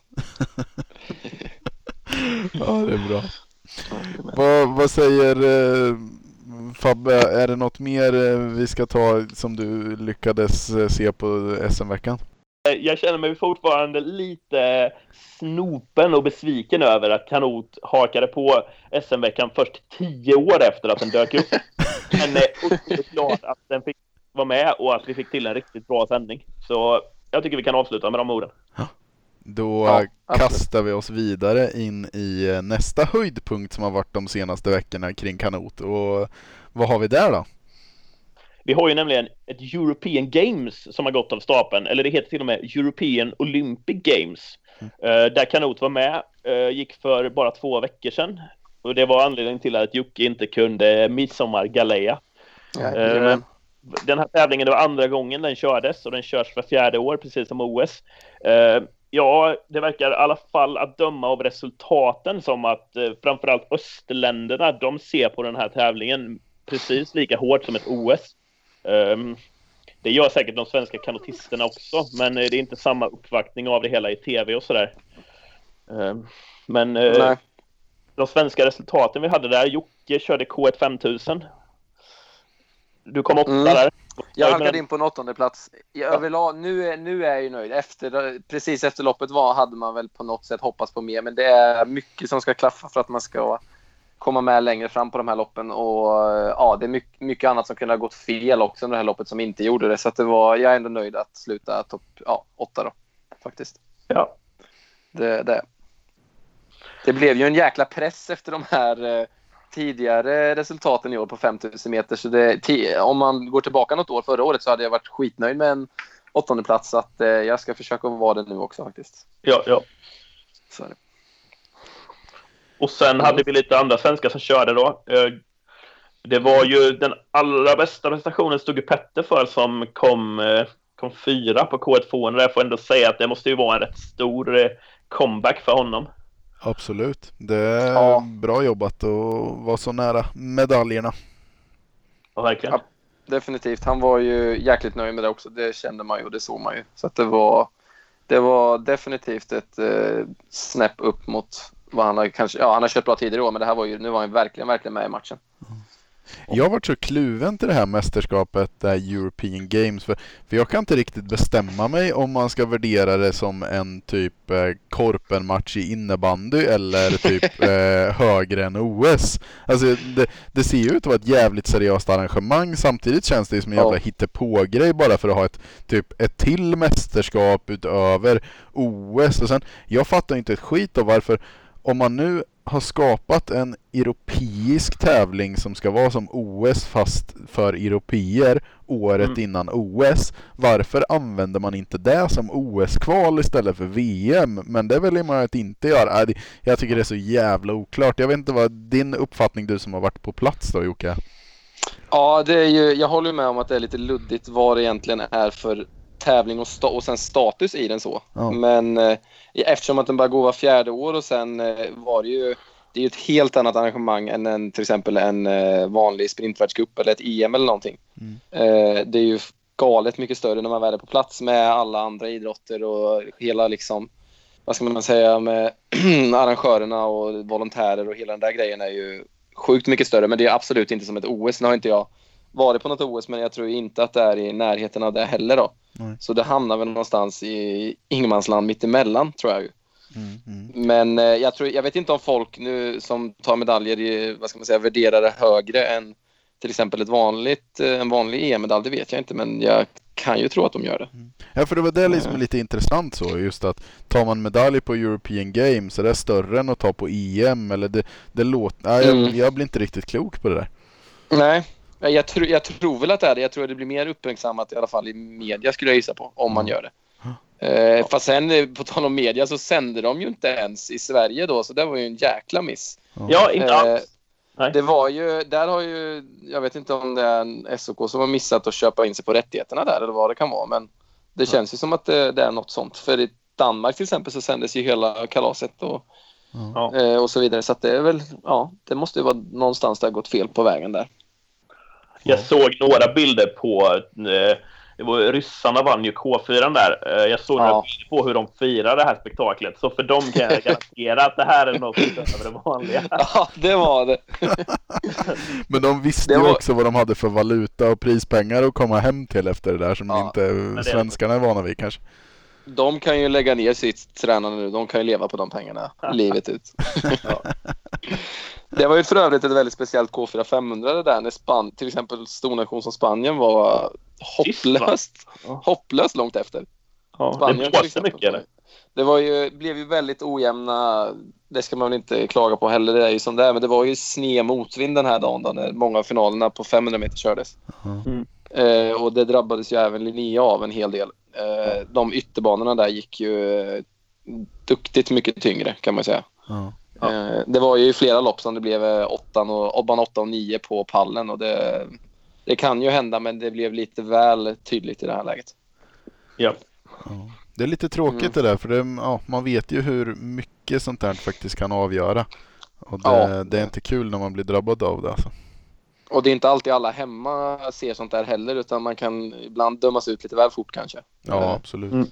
S3: Ja, det är bra. Vad, vad säger eh, Fabbe? Är det något mer eh, vi ska ta som du lyckades eh, se på S M-veckan?
S2: Jag känner mig fortfarande lite snopen och besviken över att Kanot hakade på S M-veckan först tio år efter att den dök upp. Men är otroligt glad att den fick vara med och att vi fick till en riktigt bra sändning. Så jag tycker vi kan avsluta med de orden.
S3: Ja. Då ja, kastar vi oss vidare in i nästa höjdpunkt som har varit de senaste veckorna kring Kanot. Och vad har vi där då?
S2: Vi har ju nämligen ett European Games som har gått av stapeln. Eller det heter till och med European Olympic Games. Mm. Uh, där Kanot var med. Uh, gick för bara två veckor sedan. Och det var anledningen till att Jocke inte kunde midsommargaleja.
S4: Ja,
S2: den här tävlingen, det var andra gången den kördes och den körs för fjärde år, precis som O S. Uh, ja, det verkar i alla fall att döma av resultaten som att uh, framförallt östländerna, de ser på den här tävlingen precis lika hårt som ett O S. Um, det gör säkert de svenska kanotisterna också, men uh, det är inte samma uppvaktning av det hela i tv och sådär. Uh, men uh, de svenska resultaten vi hade där, Jocke körde K ett femtusen. Du kom åtta mm. där.
S4: Jag halkade in på en åttonde plats. Jag vill ha, nu, är, nu är jag ju nöjd. Efter, precis efter loppet var hade man väl på något sätt hoppats på mer. Men det är mycket som ska klaffa för att man ska komma med längre fram på de här loppen. Och ja, det är mycket, mycket annat som kunde ha gått fel också under det här loppet som inte gjorde det. Så att det var, jag är ändå nöjd att sluta topp ja, åtta då, faktiskt.
S2: Ja.
S4: Det, det. det blev ju en jäkla press efter de här tidigare resultaten i år på femtusen meter. Så det, t- om man går tillbaka något år förra året så hade jag varit skitnöjd med en åttonde plats. Så att eh, jag ska försöka vara det nu också faktiskt.
S2: Ja, ja.
S4: Så är det.
S2: Och sen hade vi lite andra svenskar som körde då. Det var ju den allra bästa prestationen stod ju Petter för som kom, kom fyra på K ett tvåhundra. Jag får ändå säga att det måste ju vara en rätt stor comeback för honom.
S3: Absolut. Det är
S4: ja.
S3: bra jobbat och vara så nära medaljerna.
S2: Ja, verkligen.
S4: Ja, definitivt. Han var ju jäkligt nöjd med det också. Det kände man ju och det såg man ju. Så att det var, det var definitivt ett eh, snäpp upp mot vad han har kanske... Ja, han har kört bra tidigare år, men det här var ju, nu var han verkligen, verkligen med i matchen.
S3: Mm. Jag har varit så kluven till det här mästerskapet, det här European Games, för, för jag kan inte riktigt bestämma mig om man ska värdera det som en typ eh, korpenmatch i innebandy eller typ eh, högre än O S. Alltså det, det ser ju ut att vara ett jävligt seriöst arrangemang, samtidigt känns det som en jävla
S4: ja.
S3: hittepå-grej bara för att ha ett, typ, ett till mästerskap utöver O S. Och sen, jag fattar inte ett skit av varför, om man nu har skapat en europeisk tävling som ska vara som O S fast för europeer året mm. innan O S, varför använder man inte det som O S-kval istället för V M? Men det väljer man att inte göra. Jag tycker det är så jävla oklart. Jag vet inte vad din uppfattning, du som har varit på plats då, Jocke?
S4: Ja, det är ju, jag håller med om att det är lite luddigt vad det egentligen är för tävling och, sta- och sen status i den så. Ja. Men eh, eftersom att den bara går var fjärde år och sen eh, var det ju det är ju ett helt annat arrangemang än en, till exempel en eh, vanlig sprintvärldscup eller ett E M eller någonting. Mm. Eh, det är ju galet mycket större när man väl är på plats med alla andra idrotter och hela liksom, vad ska man säga, med arrangörerna och volontärer och hela den där grejen är ju sjukt mycket större, men det är absolut inte som ett O S. Nu har inte jag varit på något O S, men jag tror inte att det är i närheten av det heller då. Mm. Så det hamnar väl någonstans i ingenmansland mittemellan, tror jag ju. Mm, mm. Men eh, jag, tror, jag vet inte om folk nu som tar medaljer i, vad ska man säga, värderar det högre än till exempel ett vanligt, eh, en vanlig E M-medalj, det vet jag inte, men jag kan ju tro att de gör det. Mm.
S3: Ja, för det var det liksom mm. lite intressant så, just att tar man medalj på European Games så är det större än att ta på E M, eller det, det låter, nej, jag, mm. jag blir inte riktigt klok på det där.
S4: Nej. Jag, tr- jag tror väl att det är det. Jag tror att det blir mer uppmärksammat i alla fall i media, skulle jag gissa på, om man gör det. Mm. Eh, fast sen, på tal om media, så sänder de ju inte ens i Sverige då, så det var ju en jäkla miss.
S2: Ja, inte alls.
S4: Eh, det var ju, där har ju, jag vet inte om det är en S O K som har missat att köpa in sig på rättigheterna där, eller vad det kan vara, men det känns ju som att det, det är något sånt. För i Danmark till exempel så sändes ju hela kalaset och, mm. eh, och så vidare, så att det är väl, ja, det måste ju vara någonstans där gått fel på vägen där.
S2: Jag såg några bilder på eh, det var, ryssarna vann ju K fyra där. Eh, jag såg ja. några bilder på hur de firar det här spektaklet. Så för dem kan jag garantera att det här är något utöver det vanliga.
S4: Ja, det var det.
S3: Men de visste det ju var... också vad de hade för valuta och prispengar att komma hem till efter det där som ja. inte svenskarna är vana vid kanske.
S4: De kan ju lägga ner sitt tränande nu. De kan ju leva på de pengarna livet ut. Ja. Det var ju för övrigt ett väldigt speciellt K fyra femhundra där när Span- till exempel stornation som Spanien var hopplöst, hopplöst långt efter.
S2: Ja, Spanien, det blåste mycket eller?
S4: Det var ju, blev ju väldigt ojämna, det ska man väl inte klaga på heller, det är ju som det är, men det var ju sned motvind den här dagen då, när många av finalerna på femhundra meter kördes. Mm. Eh, och det drabbades ju även Linnea av en hel del. Eh, de ytterbanorna där gick ju eh, duktigt mycket tyngre, kan man säga. Mm. Ja. Eh, det var ju flera lopp som det blev åttan och, åttan, åtta och nio på pallen. Och det, det kan ju hända, men det blev lite väl tydligt i det här läget.
S2: Ja.
S3: Ja. Det är lite tråkigt mm. det där, för det, ja, man vet ju hur mycket sånt här faktiskt kan avgöra. Och det, ja. det är inte kul när man blir drabbad av det. Alltså.
S4: Och det är inte alltid alla hemma ser sånt där heller, utan man kan ibland dömas ut lite väl fort kanske.
S3: Ja, eh, absolut. Mm.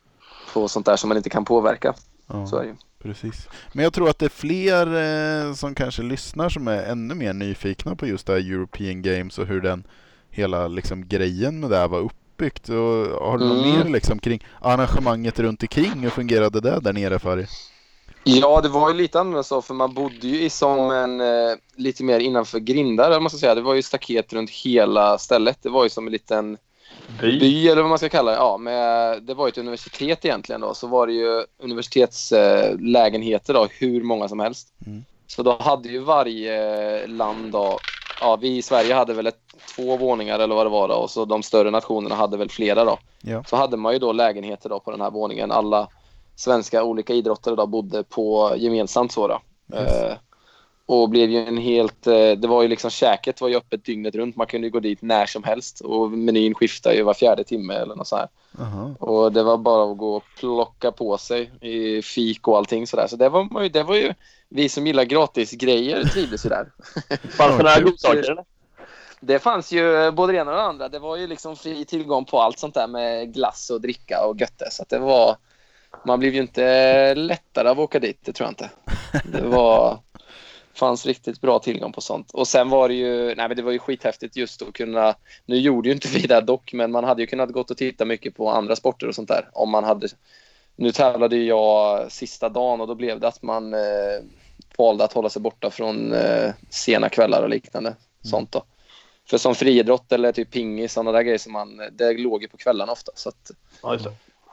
S4: På sånt där som man inte kan påverka.
S3: Ja,
S4: så är det ju.
S3: Precis. Men jag tror att det är fler eh, som kanske lyssnar som är ännu mer nyfikna på just det här European Games och hur den hela liksom, grejen med det här var uppbyggt. Och har du mm. något mer liksom, kring arrangemanget runt omkring? Hur fungerade det där nere för er?
S4: Ja, det var ju lite annorlunda så, för man bodde ju i som en eh, lite mer innanför grindar, eller man ska säga. Det var ju staket runt hela stället. Det var ju som en liten by, by eller vad man ska kalla det. Ja, med, det var ju ett universitet egentligen då. Så var det ju universitetslägenheter eh, då, hur många som helst. Mm. Så då hade ju varje land då, ja, vi i Sverige hade väl ett, två våningar eller vad det var då, och så de större nationerna hade väl flera då. Ja. Så hade man ju då lägenheter då på den här våningen. Alla svenska olika idrottare då bodde på gemensamt så då. Yes. Eh, och blev ju en helt, eh, det var ju liksom, käket var ju öppet dygnet runt. Man kunde ju gå dit när som helst och menyn skiftade ju var fjärde timme eller något så här. Uh-huh. Och det var bara att gå och plocka på sig i fik och allting sådär. Så det var, man ju, det var ju, vi som gillar gratis grejer trivdes ju där.
S2: Fanns det några godsaker eller?
S4: Det fanns ju både det ena och det andra. Det var ju liksom fri tillgång på allt sånt där med glass och dricka och götte. Så att det var, man blev ju inte lättare av att åka dit, det tror jag inte. Det var, fanns riktigt bra tillgång på sånt. Och sen var det ju, nej men det var ju skithäftigt just att kunna, nu gjorde ju inte vi det dock, men man hade ju kunnat gått och titta mycket på andra sporter och sånt där. Om man hade, nu tävlade ju jag sista dagen och då blev det att man eh, valde att hålla sig borta från eh, sena kvällar och liknande. Mm. Sånt då. För som friidrott eller typ pingis, sådana där grejer som man, det låg ju på kvällarna ofta. Så att,
S2: ja, just det.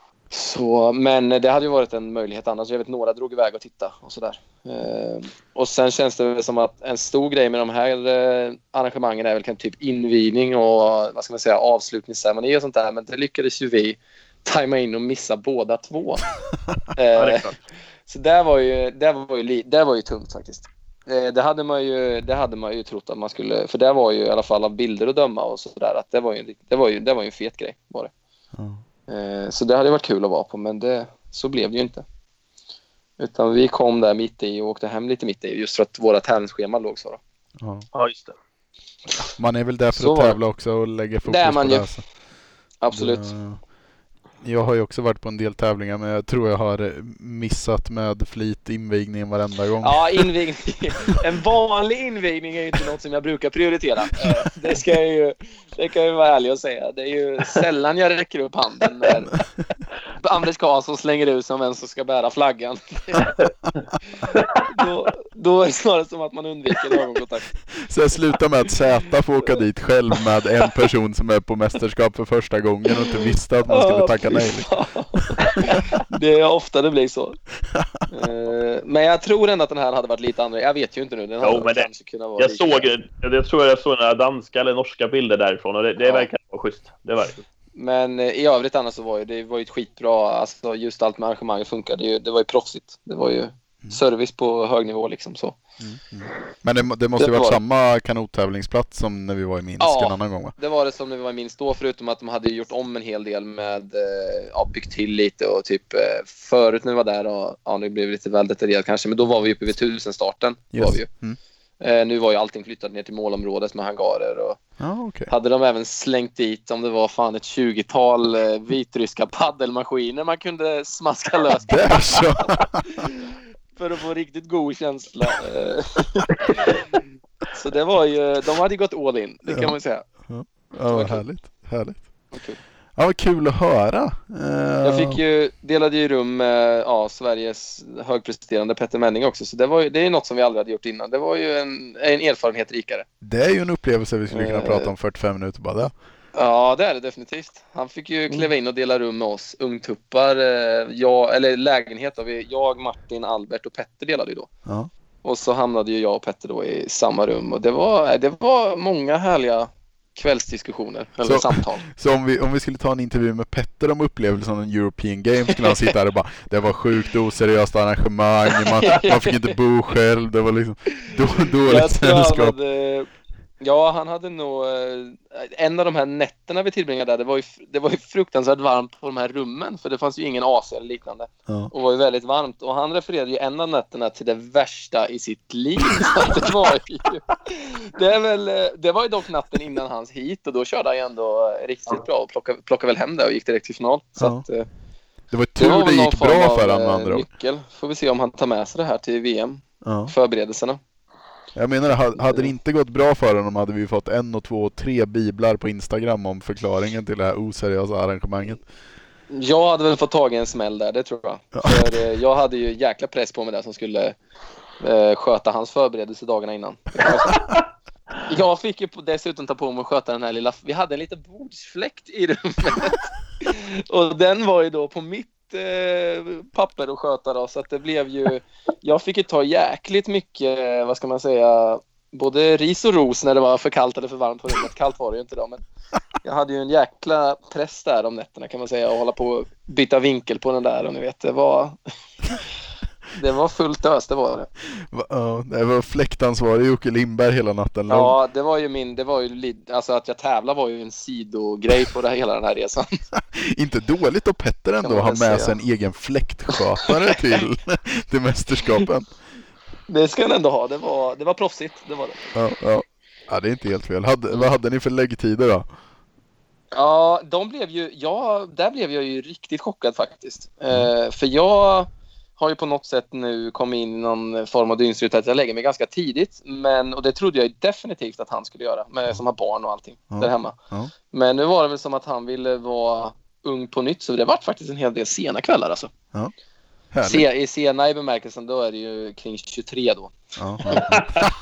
S4: Så, men det hade ju varit en möjlighet annars. Jag vet några drog iväg och titta och sådär. Eh, och sen känns det som att en stor grej med de här eh, arrangemangen är väl kan typ invigning och vad ska man säga, avslutningsceremoni och sånt där. Men det lyckades ju vi tajma in och missa båda två. eh, ja, så det var ju, det var ju, det var ju tungt faktiskt. Eh, det hade man ju, det hade man ju trott att man skulle, för det var ju i alla fall av bilder att döma och sådär, att det var ju, det var ju, det var ju en fet grej var det. Mm. Så det hade varit kul att vara på, men det, så blev det ju inte. Utan vi kom där mitt i och åkte hem lite mitt i, just för att våra tävlingsschema låg så då.
S3: Ja,
S2: ja just det.
S3: Man är väl där för så att tävla också och lägga fokus
S4: det man
S3: på
S4: ju.
S3: det. Så.
S4: Absolut.
S3: Det, jag har ju också varit på en del tävlingar, men jag tror jag har missat med flit invigningen varenda gång.
S4: Ja, invigning. En vanlig invigning är ju inte något som jag brukar prioritera. Det ska jag ju, det kan jag ju vara ärlig att säga. Det är ju sällan jag räcker upp handen när Anders Karlsson slänger ut som vem som ska bära flaggan. då, då är det snarare som att man undviker ögonkontakt.
S3: Så jag slutar med att Zäta får åka dit själv med en person som är på mästerskap för första gången och inte visste att man skulle tacka nej.
S4: Det är ofta det blir så. Men jag tror ändå att den här hade varit lite annorlunda. Jag vet ju inte nu. Den
S2: jo, men det, kunna vara
S4: jag
S2: såg, jag tror jag såg några danska eller norska bilder därifrån och det, det ja. verkar vara schysst. Det verkar.
S4: Men i övrigt annars så var ju det var ju ett skitbra, alltså just allt med arrangemanget funkade ju, det var ju proffsigt. Det var ju mm. service på hög nivå liksom så.
S3: Mm. Mm. Men det, det måste det ju varit samma kanottävlingsplats som när vi var i Minsk
S4: ja,
S3: en annan gång va?
S4: Det var det som när vi var i Minsk då, förutom att de hade gjort om en hel del med, ja, byggt till lite och typ förut när vi var där och ja, nu blev det lite väl detaljerat kanske, men då var vi uppe vid tusenstarten.
S3: Yes.
S4: Var vi ju.
S3: Mm.
S4: Eh, nu var ju allting flyttat ner till målområdet med hangarer och
S3: ah, okay.
S4: hade de även slängt dit om det var fan ett tjugotal eh, vitryska paddelmaskiner man kunde smaska lös
S3: det är så.
S4: för att få riktigt god känsla. Så det var ju, de hade ju gått all in, det kan ja. man säga.
S3: Ja, ja härligt, härligt. Okay. Ja, vad kul att höra. Uh...
S4: Jag fick ju, delade ju rum med ja, Sveriges högpresterande Petter Menning också. Så det, var ju, det är något som vi aldrig hade gjort innan. Det var ju en, en erfarenhet rikare.
S3: Det är ju en upplevelse vi skulle kunna uh... prata om fyrtiofem minuter bara det.
S4: Ja, det är det definitivt. Han fick ju kliva in och dela rum med oss ungtuppar. Jag, eller lägenhet. Då. Jag, Martin, Albert och Petter delade ju då.
S3: Uh.
S4: Och så hamnade ju jag och Petter då i samma rum. Och det var, det var många härliga kvällsdiskussioner eller
S3: Så-
S4: samtal.
S3: Så om vi, om vi skulle ta en intervju med Petter om upplevelsen av en European Games skulle han sitta här och bara det var sjukt oseriöst arrangemang, man, man fick inte bo själv, det var liksom då, dåligt
S4: Jag tror han
S3: sällskap.
S4: hade, ja, han hade nog eh, en av de här nätterna vi tillbringade där, det var ju, det var ju fruktansvärt varmt på de här rummen, för det fanns ju ingen A C eller liknande.
S3: Ja.
S4: Och var ju väldigt varmt, och han refererade ju en av nätterna till det värsta i sitt liv. Så att det var ju, det är väl, eh, det var ju dock natten innan hans hit, och då körde han ju ändå riktigt bra och plockade, plockade väl hem det och gick direkt till final. Så
S3: Ja.
S4: att, eh,
S3: Det var
S4: det
S3: tur
S4: var
S3: det
S4: väl någon
S3: gick
S4: form
S3: bra
S4: av,
S3: för honom med
S4: eh,
S3: andra ord.
S4: nyckel. Får vi se om han tar med sig det här till V M,
S3: Ja.
S4: förberedelserna.
S3: Jag menar, ha- hade det inte gått bra för honom hade vi fått en och två och tre biblar på Instagram om förklaringen till det här oseriösa arrangemanget.
S4: Jag hade väl fått tag i en smäll där, det tror jag.
S3: Ja.
S4: För eh, jag hade ju jäkla press på mig där som skulle eh, sköta hans förberedelse dagarna innan. Jag fick ju på, dessutom ta på mig att sköta den här lilla... Vi hade en liten bordsfläkt i rummet. Och den var ju då på mitt eh, papper att sköta då. Så att det blev ju... Jag fick ju ta jäkligt mycket, eh, vad ska man säga... Både ris och ros när det var för kallt eller för varmt på rummet. Kallt var det ju inte då, men... Jag hade ju en jäkla press där om nätterna kan man säga, och hålla på och byta vinkel på den där, och ni vet, det var det var fullt ös, det var det.
S3: Va- Ja, det var fläktansvarig Jocke Lindberg hela natten lång.
S4: Ja, det var ju min, det var ju li- alltså att jag tävlar var ju en sidogrej på det här, hela den här resan.
S3: Inte dåligt och Petter
S4: Kan
S3: ändå
S4: man
S3: har
S4: väl
S3: med
S4: säga.
S3: sig en egen fläktskötare till, till mästerskapen.
S4: Det ska den ändå ha, det var, det var proffsigt, det var det.
S3: Ja, ja. Ja, det är inte helt fel. Hade, vad hade ni för läggtider då?
S4: Ja, de blev ju, ja, där blev jag ju riktigt chockad faktiskt. Eh, för jag har ju på något sätt nu kommit in i någon form av dygnsrytm att jag lägger mig ganska tidigt. Men, och det trodde jag ju definitivt att han skulle göra, med, som har barn och allting
S3: Ja.
S4: där hemma.
S3: Ja.
S4: Men nu var det väl som att han ville vara ung på nytt, så det var faktiskt en hel del sena kvällar alltså.
S3: Härligt.
S4: Se, I sena i bemärkelsen, då är det ju kring tjugotre då.
S3: Ja, ja.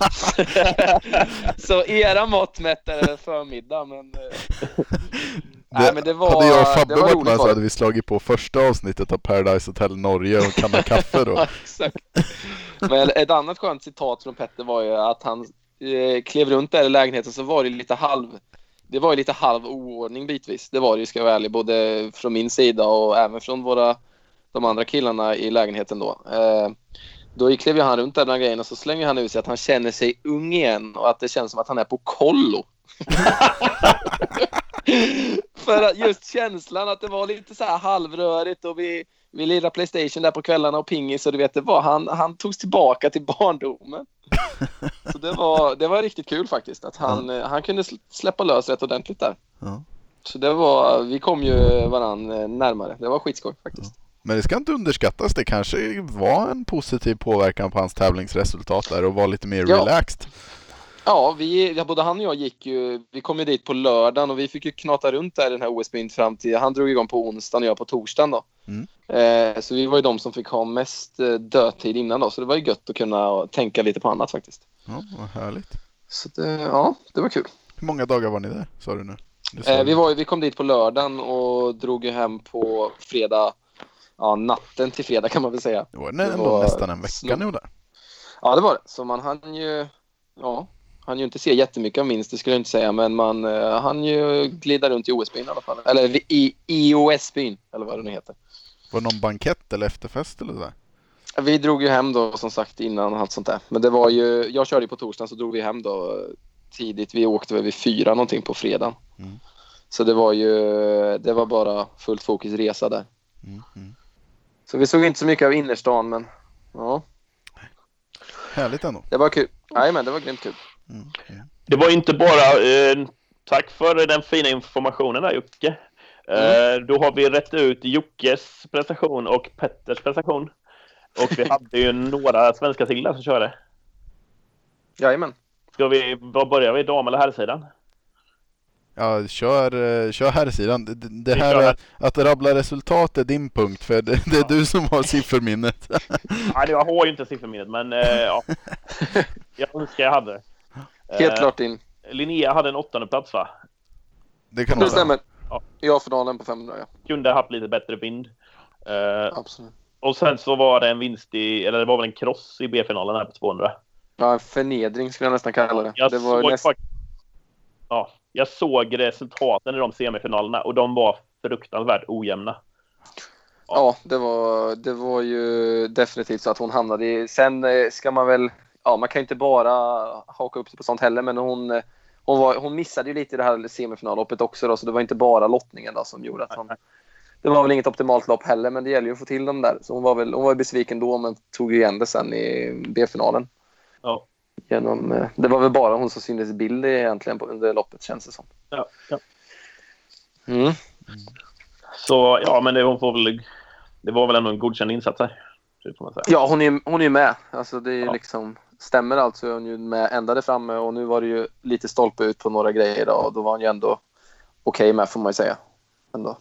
S4: Så era mått mätt är det förmiddag, men... eh,
S3: Det,
S4: Nej, men det var-
S3: hade jag och Fabbe
S4: det var
S3: varit
S4: roligt
S3: med så
S4: var det.
S3: hade vi slagit på första avsnittet av Paradise Hotel Norge och kanna kaffe då.
S4: Exakt. Men ett annat skönt citat från Petter var ju att han eh, klev runt där i lägenheten, så var det lite halv det var ju lite halv oordning bitvis. Det var det ju, ska jag vara ärlig, både från min sida och även från våra de andra killarna i lägenheten då. Eh, då klev ju han runt där bland grejerna, och så slänger han ut sig att han känner sig ung igen och att det känns som att han är på kollo. För att just känslan att det var lite så här halvrörigt, och vi, vi lirade PlayStation där på kvällarna och pingis, och du vet, det var, han, han togs tillbaka till barndomen. Så det var, det var riktigt kul faktiskt att han, ja. han kunde släppa lös rätt ordentligt där.
S3: Ja.
S4: Så det var, vi kom ju varann närmare. Det var skitskoj faktiskt.
S3: Ja. Men det ska inte underskattas, det kanske var en positiv påverkan på hans tävlingsresultat där och var lite mer
S4: ja.
S3: relaxed.
S4: Ja, vi, ja, både han och jag gick ju, vi kom ju dit på lördagen och vi fick ju knata runt där den här O S B fram till, han drog igång på onsdagen och jag på torsdagen då.
S3: Mm.
S4: Eh, så vi var ju de som fick ha mest eh, dödtid innan då, så det var ju gött att kunna tänka lite på annat faktiskt.
S3: Ja, vad härligt.
S4: Så det, ja, det var kul.
S3: Hur många dagar var ni där, sa du nu? Du sa
S4: Eh,
S3: det.
S4: vi, var, ju- vi kom dit på lördagen och drog ju hem på fredag, ja, natten till fredag kan man väl säga.
S3: Det var
S4: det
S3: ändå
S4: var
S3: nästan en vecka
S4: snart.
S3: nu där.
S4: Ja, det var det. Så man hann ju, ja, han ju inte se jättemycket av minst, det skulle jag inte säga, men man uh, han ju glida runt i O S B i alla fall. Eller i, i O S B, eller vad det nu heter.
S3: Var det någon bankett eller efterfest eller sådär?
S4: Vi drog ju hem då som sagt innan och allt sånt där. Men det var ju, jag körde ju på torsdagen, så drog vi hem då tidigt. Vi åkte väl vid fyra någonting på fredagen.
S3: Mm.
S4: Så det var ju, det var bara fullt fokus resa där.
S3: Mm, mm.
S4: Så vi såg inte så mycket av innerstan, men ja,
S3: Härligt ändå.
S4: det var kul. Nej, men det var grymt kul.
S3: Mm, mm.
S2: Det var inte bara... Eh, tack för den fina informationen där, Jocke. Eh,
S4: Mm.
S2: Då har vi rätt ut Jockes prestation och Petters prestation. Och vi hade ju några svenska titlar som körde.
S4: Jajamän.
S2: Ska vi, vad börjar vi? Dam- eller herrsidan?
S3: Ja, kör, eh, kör här sidan. Det, det
S2: Vi
S3: här
S2: kör.
S3: att, att rabbla resultat är din punkt, för det, det är du som har sifferminnet.
S2: Nej, jag har ju inte sifferminnet, men eh, ja. Jag önskar jag hade.
S4: Helt
S2: Eh,
S4: klart in.
S2: Linnea hade en åttonde plats, va?
S3: Det kan
S4: Det
S3: nog
S4: stämmer.
S2: Ja.
S4: Jag finalen på femhundra, ja.
S2: Kunde haft lite bättre vind. Eh,
S4: Absolut.
S2: och sen så var det en vinst i, eller det var väl en cross i B-finalen här på tvåhundra.
S4: Ja, en förnedring skulle jag nästan kalla det.
S2: Jag
S4: det var
S2: såg
S4: näst...
S2: faktiskt... Ja, jag såg resultaten i de semifinalerna och de var fruktansvärt ojämna.
S4: Ja, ja det, var, det var ju definitivt så att hon hamnade i... Sen ska man väl... Ja, man kan inte bara haka upp sig på sånt heller, men hon, hon, var, hon missade ju lite i det här semifinalloppet också då, så det var inte bara lottningen då som gjorde att hon... Det var väl inget optimalt lopp heller, men det gäller ju att få till dem där. Så hon var väl hon var besviken då, men tog igen det sen i B-finalen.
S2: Ja.
S4: Genom, det var väl bara hon som syntes i bild egentligen på, under loppet, känns det som.
S2: Ja, ja.
S4: Mm.
S2: Så ja, men det, hon får väl, det var väl ändå en godkänd insats här. Får man säga.
S4: Ja, hon är, hon är med. Alltså det är
S2: ja.
S4: liksom, stämmer alltså, hon är ju med ända där framme, och nu var det ju lite stolpe ut på några grejer då, och då var hon ju ändå okej okay med, får man ju säga. Ändå.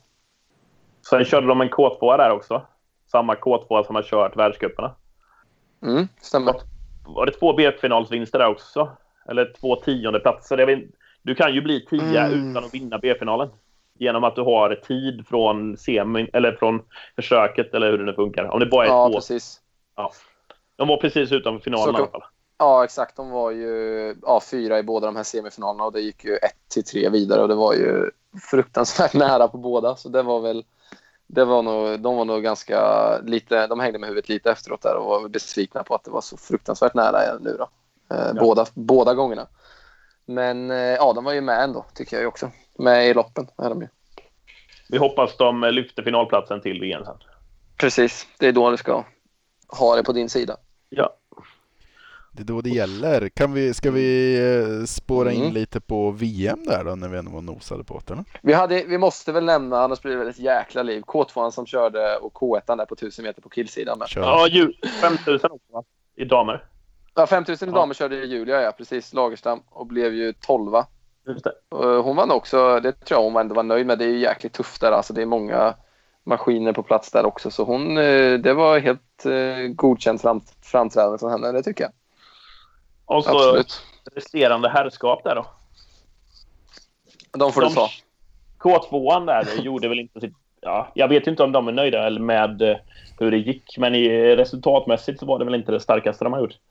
S2: Sen körde de en K två där också. Samma K två som har kört världscuperna.
S4: Mm, stämmer.
S2: Var det två B-finalsvinster där också? Eller två tionde platser? Jag vet, du kan ju bli tia mm. utan att vinna B-finalen. Genom att du har tid från semi, eller från försöket, eller hur det nu funkar. Om det bara är
S4: ja,
S2: två.
S4: Precis.
S2: Ja, de var precis utanför finalen. Så, i alla fall.
S4: Ja, exakt. De var ju ja, fyra i båda de här semifinalerna, och det gick ju ett till tre vidare, och det var ju fruktansvärt nära på båda. Så det var väl det var nog, de var nog ganska lite, de hängde med huvudet lite efteråt där och var besvikna på att det var så fruktansvärt nära nu då. Eh, ja. båda, båda gångerna. Men eh, ja, de var ju med ändå, tycker jag ju också. Med i loppen är de ju.
S2: Vi hoppas de lyfter finalplatsen till V M sen.
S4: Precis, det är då du ska ha det på din sida.
S2: Ja.
S3: Det är då det gäller. Kan vi, ska vi spåra in mm. lite på V M där då, när vi ändå var nosade på det?
S4: Vi, hade, vi måste väl nämna, annars blir det väl ett jäkla liv. K två som körde och K ett där på tusen meter på killsidan med.
S2: Kör. Ja, ju, fem tusen också va? I damer.
S4: Ja, fem tusen i damer körde Julia, ja, precis, Lagerstam, och blev ju tolva.
S2: Just det.
S4: Hon var också, det tror jag hon ändå var nöjd med. Det är ju jäkligt tufft där, alltså det är många maskiner på plats där också. Så hon, det var helt godkänt framt, framträdande från henne, det tycker jag.
S2: Och så absolut. Resterande herrskap där då.
S4: De får de, du ta.
S2: K två där gjorde väl inte sitt... Ja, jag vet inte om de är nöjda med hur det gick. Men i resultatmässigt så var det väl inte det starkaste de har gjort.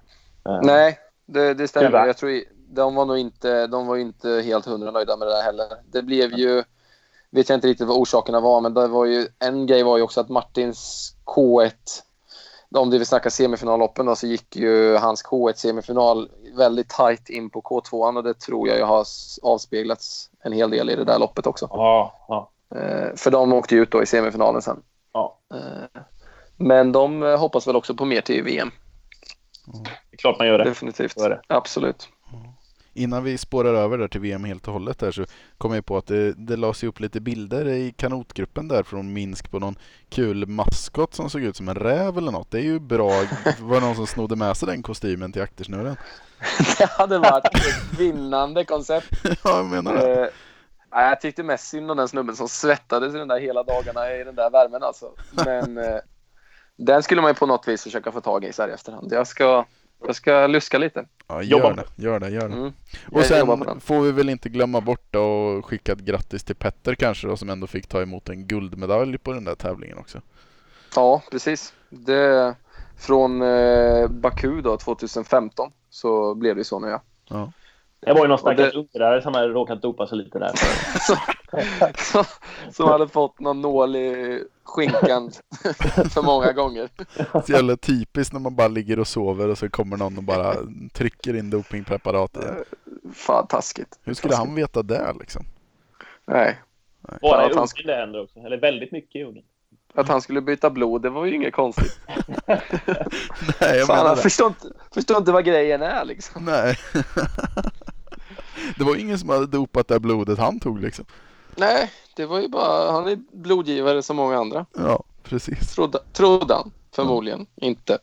S4: Nej, det, det stämmer. Tyvärr. Jag tror de var nog inte, de var inte helt hundra nöjda med det där heller. Det blev ju... Vet jag inte riktigt vad orsakerna var. Men det var ju, en grej var ju också att Martins K ett... Om det vi snackar semifinalloppen då, så gick ju hans K ett semifinal väldigt tight in på K två, och det tror jag har avspeglats en hel del i det där loppet också.
S2: Ja, ja.
S4: Eh, för de åkte ju ut då i semifinalen sen.
S2: Ja.
S4: Eh, men de hoppas väl också på mer till V M.
S2: Mm. Det är klart man gör det.
S4: Definitivt, det. Absolut.
S3: Mm. Innan vi spårar över där till V M helt och hållet där, så kom jag på att det, det lades upp lite bilder i kanotgruppen där från Minsk på någon kul maskot som såg ut som en räv eller något. Det är ju bra. Var det någon som snodde med sig den kostymen till aktersnurren?
S4: Det hade varit ett vinnande koncept.
S3: Ja, jag menar det.
S4: Eh, jag tyckte mest synd om den snubben som svettades i den där hela dagarna i den där värmen alltså. Men eh, den skulle man ju på något vis försöka få tag i så här i efterhand. Jag ska... Jag ska luska lite.
S3: Ja, gör det, gör det, gör det. Mm. Och sen får vi väl inte glömma bort och skicka ett grattis till Petter kanske då, som ändå fick ta emot en guldmedalj på den där tävlingen också.
S4: Ja, precis. Det, från eh, Baku då, tjugohundrafemton så blev det så nu, ja.
S2: Ja. Det var ju någon stackars unge där som hade råkat dopa sig lite där.
S4: Som, som hade fått någon nål i skinkan för många gånger.
S3: Så jävla typiskt när man bara ligger och sover och så kommer någon och bara trycker in dopingpreparat igen.
S4: Fan, taskigt.
S3: Hur skulle taskigt. Han veta det liksom?
S4: Nej.
S2: Nej. Bara i ungen det händer också. Eller väldigt mycket i ungen.
S4: Att han skulle byta blod, det var ju inget konstigt.
S3: Nej, jag
S4: Fan, jag förstår inte, förstår inte vad grejen är liksom.
S3: Nej. Det var ingen som hade dopat det blodet han tog liksom.
S4: Nej, det var ju bara, han är blodgivare som många andra.
S3: Ja, precis.
S4: Trodde, trodde han, förmodligen. Mm. Inte.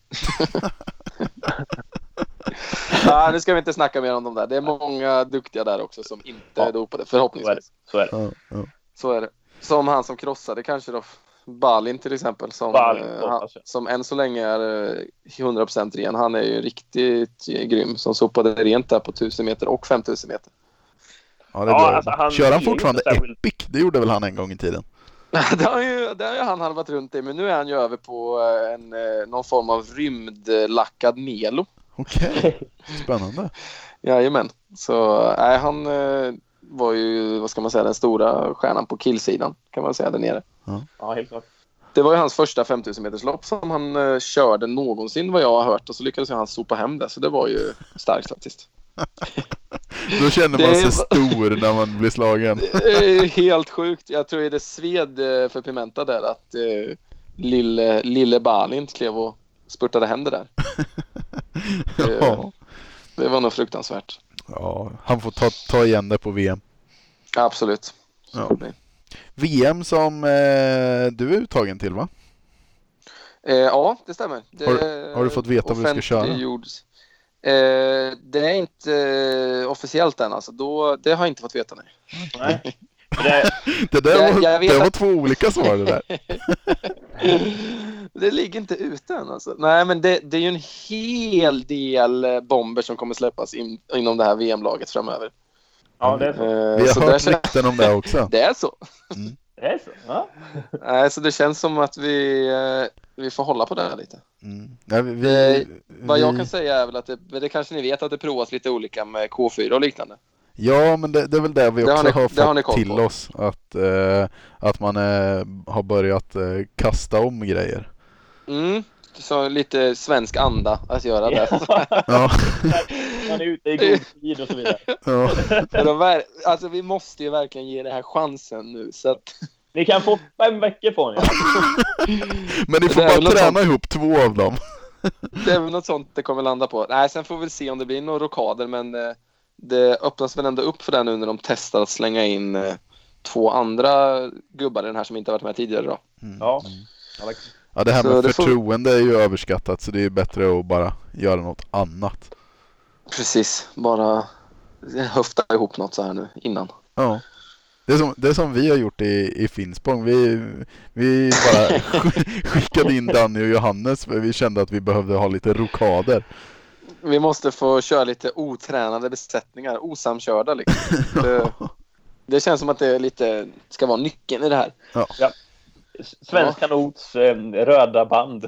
S4: Ja, nu ska vi inte snacka mer om dem där. Det är många duktiga där också som inte ja. är dopade, förhoppningsvis.
S2: Så är det. Så är det.
S3: Ja, ja.
S4: Så är det. Som han som krossade kanske då. Balin till exempel, som,
S2: Balin,
S4: eh, han, som än så länge är hundra procent ren. Han är ju riktigt grym, som sopade rent där på tusen meter och femtusen meter.
S3: Ja, det är ja, bra. Alltså, han kör han fortfarande Epic? Det gjorde väl han en gång i tiden?
S4: det har ju det har ju han halvat runt i, men nu är han ju över på en, någon form av rymdlackad Nelo.
S3: Okej, okay. Spännande.
S4: Jajamän. Så nej, han var ju, vad ska man säga, den stora stjärnan på killsidan kan man säga där nere.
S3: Ja,
S2: ja helt klart.
S4: Det var ju hans första femtusen meterslopp som han uh, körde någonsin vad jag har hört, och så lyckades han sopa hem det, så det var ju starkt faktiskt.
S3: Då känner man sig stor när man blir slagen.
S4: Det är helt sjukt. Jag tror det sved för Pimenta där att uh, lille, lille Balint klev och spurtade hem det där.
S3: Ja.
S4: Det var nog fruktansvärt.
S3: Ja, han får ta, ta igen det på V M.
S4: Absolut.
S3: Ja. V M som eh, du är uttagen till, va?
S4: Eh, ja, det stämmer. Det
S3: har, har du fått veta vad du ska köra?
S4: Eh, det är inte eh, officiellt än. Alltså. Då, det har jag inte fått veta. Nej.
S2: Nej. Det,
S3: det, där
S4: jag,
S3: var,
S4: jag
S3: det var
S4: att...
S3: två olika svar det där.
S4: Det ligger inte ute än. Alltså. Nej, men det, det är ju en hel del bomber som kommer släppas in, inom det här V M-laget framöver.
S2: Ja, det är så.
S4: Eh,
S3: Vi har
S4: så
S3: hört
S4: där...
S3: rykten om det också.
S4: Det är så.
S3: Mm.
S2: Det är så, ja.
S4: Nej, så det känns som att vi, vi får hålla på det här lite.
S3: Mm. Nej, vi, vi,
S4: det, vad jag
S3: vi...
S4: kan säga är väl att det, det kanske ni vet att det provas lite olika med K fyra och liknande.
S3: Ja, men det, det är väl det vi
S4: det
S3: också
S4: har,
S3: ni, har fått
S4: har
S3: till
S4: på.
S3: oss. Att, eh, att man eh, har börjat eh, kasta om grejer.
S4: Mm, så lite svensk anda att göra det.
S3: Ja.
S2: Man är ute i god tid och så vidare.
S3: Ja.
S4: Ver- alltså vi måste ju verkligen ge det här chansen nu. Så att...
S2: Ni kan få fem veckor på ni.
S3: Men ni får bara träna sånt... ihop två av dem.
S4: Det är väl något sånt det kommer landa på. Nej, sen får vi se om det blir några rockader, men eh, det öppnas väl ändå upp för det nu när de testar att slänga in eh, två andra gubbar i den här som inte har varit med tidigare då.
S3: Mm.
S2: Ja.
S3: Ja, det här med
S4: så
S3: förtroende får... är ju överskattat, så det är bättre att bara göra något annat.
S4: Precis, bara höfta ihop något så här nu innan.
S3: Ja. Det är som, det är som vi har gjort i, i Finspång. Vi, vi bara skickade in Danny och Johannes för vi kände att vi behövde ha lite rokader.
S4: Vi måste få köra lite otränade besättningar, osamkörda liksom. Det, det känns som att det är lite, ska vara nyckeln i det här.
S3: Ja.
S2: Ja. Svensk ja. Kanots eh, röda band.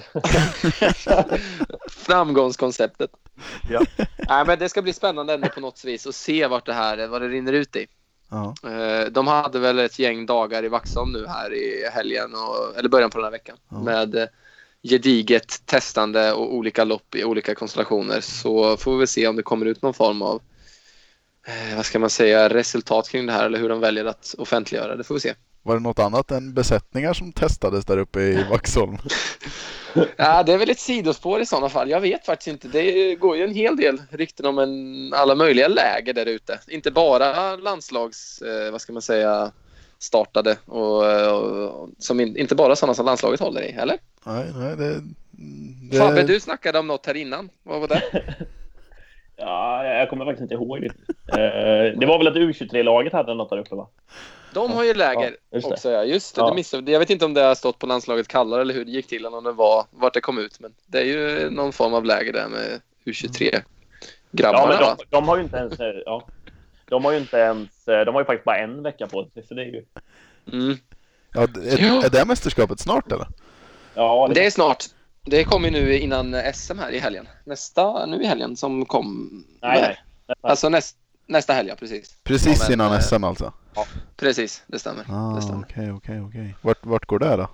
S4: Framgångskonceptet.
S2: Ja.
S4: Nej, men det ska bli spännande ändå på något vis att se vart det här, vad det rinner ut i.
S3: Ja.
S4: De hade väl ett gäng dagar i Vaxholm nu här i helgen och, eller början på den här veckan ja. med gediget testande och olika lopp i olika konstellationer, så får vi se om det kommer ut någon form av eh, vad ska man säga, resultat kring det här eller hur de väljer att offentliggöra, det får vi se.
S3: Var det något annat än besättningar som testades där uppe i Vaxholm?
S4: Ja, det är väl ett sidospår i sådana fall. Jag vet faktiskt inte. Det går ju en hel del rykten om en, alla möjliga läger där ute. Inte bara landslags, eh, vad ska man säga, startade och, och som in, inte bara sådana som landslaget håller i, eller?
S3: Nej, nej, det... det...
S4: Fabbe, du snackade om något här innan. Vad var det?
S2: Ja, jag kommer faktiskt inte ihåg det. Eh, det var väl att U tjugotre-laget hade något där uppe, va?
S4: De har ju läger ja, just också, ja. Just det, ja. Det missade. Jag vet inte om det har stått på landslaget kallar eller hur det gick till eller om det var, vart det kom ut. Men det är ju någon form av läger där med U tjugotre-grabbarna.
S2: Ja, men de, de har ju inte ens... Ja, de har ju inte ens... De har ju faktiskt bara en vecka på sig, så det är ju...
S4: Mm.
S3: Ja, är, är det mästerskapet snart, eller?
S4: Ja, det, det är snart. Det kommer nu innan S M här i helgen. Nästa, nu i helgen som kom...
S2: Nej, nej.
S4: Nästa. Alltså näst, nästa helg, ja, precis.
S3: Precis
S4: ja, men,
S3: innan S M alltså?
S4: Ja, precis. Det stämmer.
S3: Ah,
S4: det stämmer.
S3: Okej, okej, okej. Vart, vart går det då?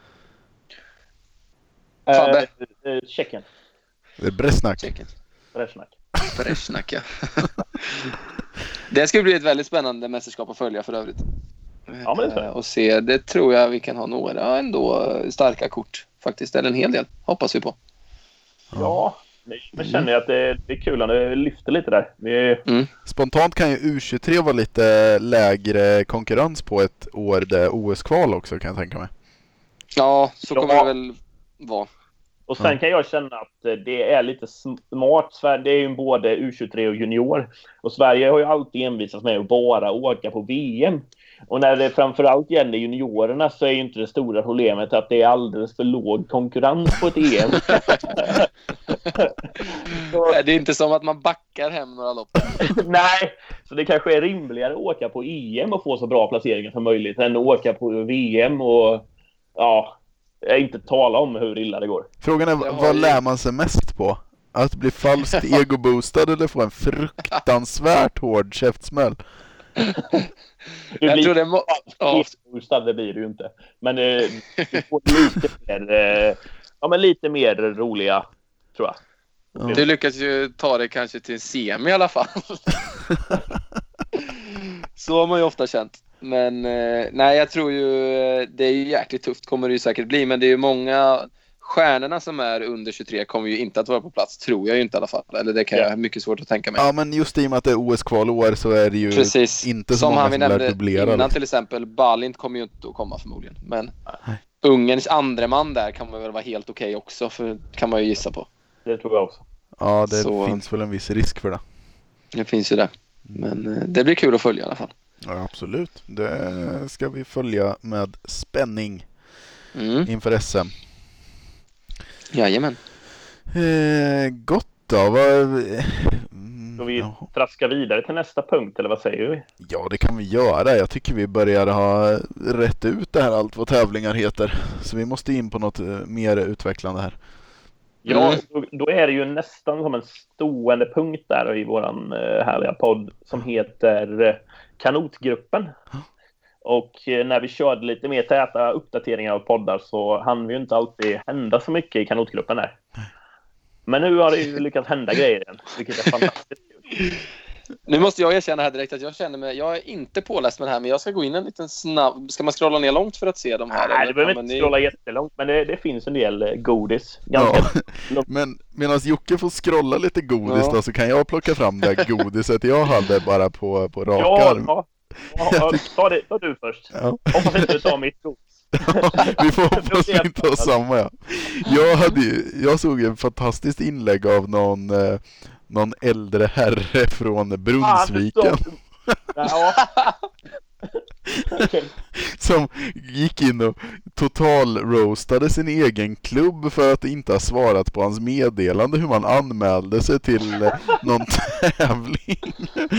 S4: Fabbe.
S2: Eh, eh, Tjeckien.
S3: Det är Bresnak.
S4: Tjeckien.
S2: Bresnak.
S4: Bresnak, ja. Det ska bli ett väldigt spännande mästerskap att följa för övrigt.
S2: Ja, men det tror jag.
S4: Och se, det tror jag vi kan ha några ändå starka kort faktiskt, eller en hel del, hoppas vi på.
S2: Ja, men känner jag att det, det är kul att det lyfter lite där. Vi...
S4: Mm.
S3: Spontant kan ju U tjugotre vara lite lägre konkurrens på ett år där O S-kval också, kan jag tänka mig.
S4: Ja, så kommer ja. det väl vara.
S2: Och sen kan jag känna att det är lite smart. Det är ju både U tjugotre och junior. Och Sverige har ju alltid envisats med att bara åka på V M. Och när det framförallt gäller juniorerna så är ju inte det stora problemet att det är alldeles för låg konkurrens på ett E M.
S4: Så... Det är inte som att man backar hem några lopp.
S2: Nej, så det kanske är rimligare att åka på E M och få så bra placeringar som möjligt än att åka på V M och ja, inte tala om hur illa det går.
S3: Frågan är, vad ju... lär man sig mest på? Att bli falskt egoboostad eller få en fruktansvärt hård käftsmäll?
S2: Du
S4: Jag
S2: blir
S4: tror det må- ja.
S2: ja. Det blir du ju inte. Men eh, du får lite mer, eh, ja, men lite mer roliga, tror jag.
S3: Ja.
S4: Du lyckas ju ta det kanske till en semi i alla fall. Så har man ju ofta känt. Men eh, nej, jag tror ju eh, det är ju jäkligt tufft, kommer det ju säkert bli. Men det är ju många stjärnorna som är under tjugotre kommer ju inte att vara på plats, tror jag ju inte i alla fall. Eller det kan
S2: Ja.
S4: jag ha mycket svårt att tänka mig.
S3: Ja, men just i och med att det är O S-kvalår så är det ju
S4: Precis.
S3: inte så
S4: som
S3: många
S4: han vi
S3: som lär
S4: nämnde
S3: dubblera.
S4: innan
S3: Liksom.
S4: till exempel, Balint kommer ju inte att komma förmodligen. Men
S3: Nej.
S4: Ungerns andra man där kan man väl vara helt okej också, för kan man ju gissa på.
S2: Det tror jag också.
S3: Ja, det
S4: Så-
S3: finns väl en viss risk för det.
S4: Det finns ju det. Men eh, det blir kul att följa i alla fall.
S3: Ja, absolut. Det ska vi följa med spänning
S4: Mm.
S3: inför S M.
S4: Jajamän.
S3: Eh, gott då. Vad... Mm,
S2: Ska vi
S3: ja.
S2: traska vidare till nästa punkt, eller vad säger vi?
S3: ja, det kan vi göra. Jag tycker vi börjar ha rätt ut det här allt vad tävlingar heter. Så vi måste in på något eh, mer utvecklande här.
S2: Ja,
S4: Mm.
S2: då, då är det ju nästan som en stående punkt där i våran eh, härliga podd som heter eh, Kanotgruppen. Och eh, när vi körde lite mer täta uppdateringar av poddar så hann vi ju inte alltid hända så mycket i Kanotgruppen där. Men nu har det ju lyckats hända grejer igen, vilket är fantastiskt kul.
S4: Nu måste jag erkänna här direkt att jag känner mig, jag är inte påläst med det här, men jag ska gå in en liten snabb, ska man scrolla ner långt för att se de här?
S2: Nej,
S4: eller?
S2: du behöver
S4: Ja,
S2: inte
S4: men
S2: scrolla jättelångt, men det, det finns en del eh, godis. Ganska
S3: Ja. Men medan Jocke får scrolla lite godis
S4: Ja.
S3: då, så kan jag plocka fram det godiset jag hade bara på, på rak
S2: Ja,
S3: arm.
S2: ja. ja, ja ta, det, ta du först.
S3: Ja.
S2: Hoppas inte du tar mitt godis.
S3: Vi får hoppas vi inte har samma. Ja. Jag, hade ju, jag såg en fantastiskt inlägg av någon, eh, någon äldre herre från Brunnsviken
S2: Ja. Okej.
S3: som gick in och total roastade sin egen klubb för att inte ha svarat på hans meddelande hur man anmälde sig till eh, någon tävling.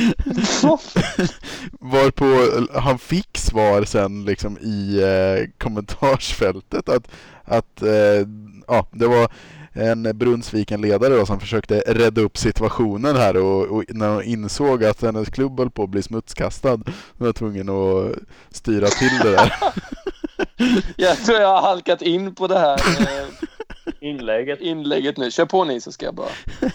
S3: Varpå han fick svar sen liksom i eh, kommentarsfältet att, att eh, ja, det var en Brunnsviken-ledare då, som försökte rädda upp situationen här och, och när hon insåg att hennes klubb höll på att bli smutskastad så var tvungen att styra till det där.
S4: Jag tror jag har halkat in på det här eh,
S2: Inlägget.
S4: inlägget nu. Kör på ni så ska jag bara.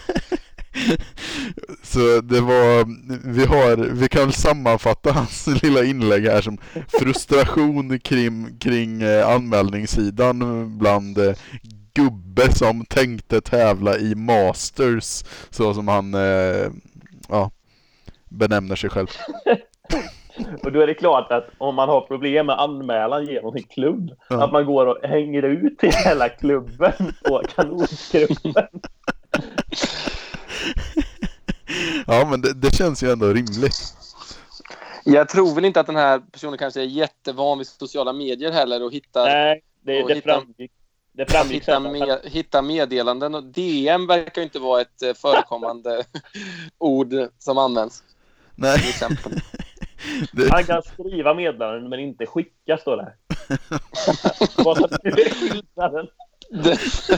S3: Så det var, vi har, vi kan sammanfatta hans lilla inlägg här som frustration kring, kring eh, anmälningssidan bland eh, gubbe som tänkte tävla i Masters, så som han eh, ja, benämner sig själv.
S2: Och då är det klart att om man har problem med anmälan genom sin klubb,
S3: Ja.
S2: att man går och hänger ut i hela klubben på Kanotgruppen.
S3: Ja, men det, det känns ju ändå rimligt.
S4: Jag tror väl inte att den här personen kanske är jättevan vid sociala medier heller och hittar,
S2: Nej, det,
S4: Och
S2: det
S4: hitta-
S2: framgick. Det framgick
S4: hitta,
S2: sen.
S4: med, hitta meddelanden. Och D M verkar ju inte vara ett eh, förekommande ord som används.
S3: Nej.
S4: Till exempel.
S3: Det,
S2: Han kan skriva meddelanden men inte skicka, står det. Vad är skillnaden?
S4: Den,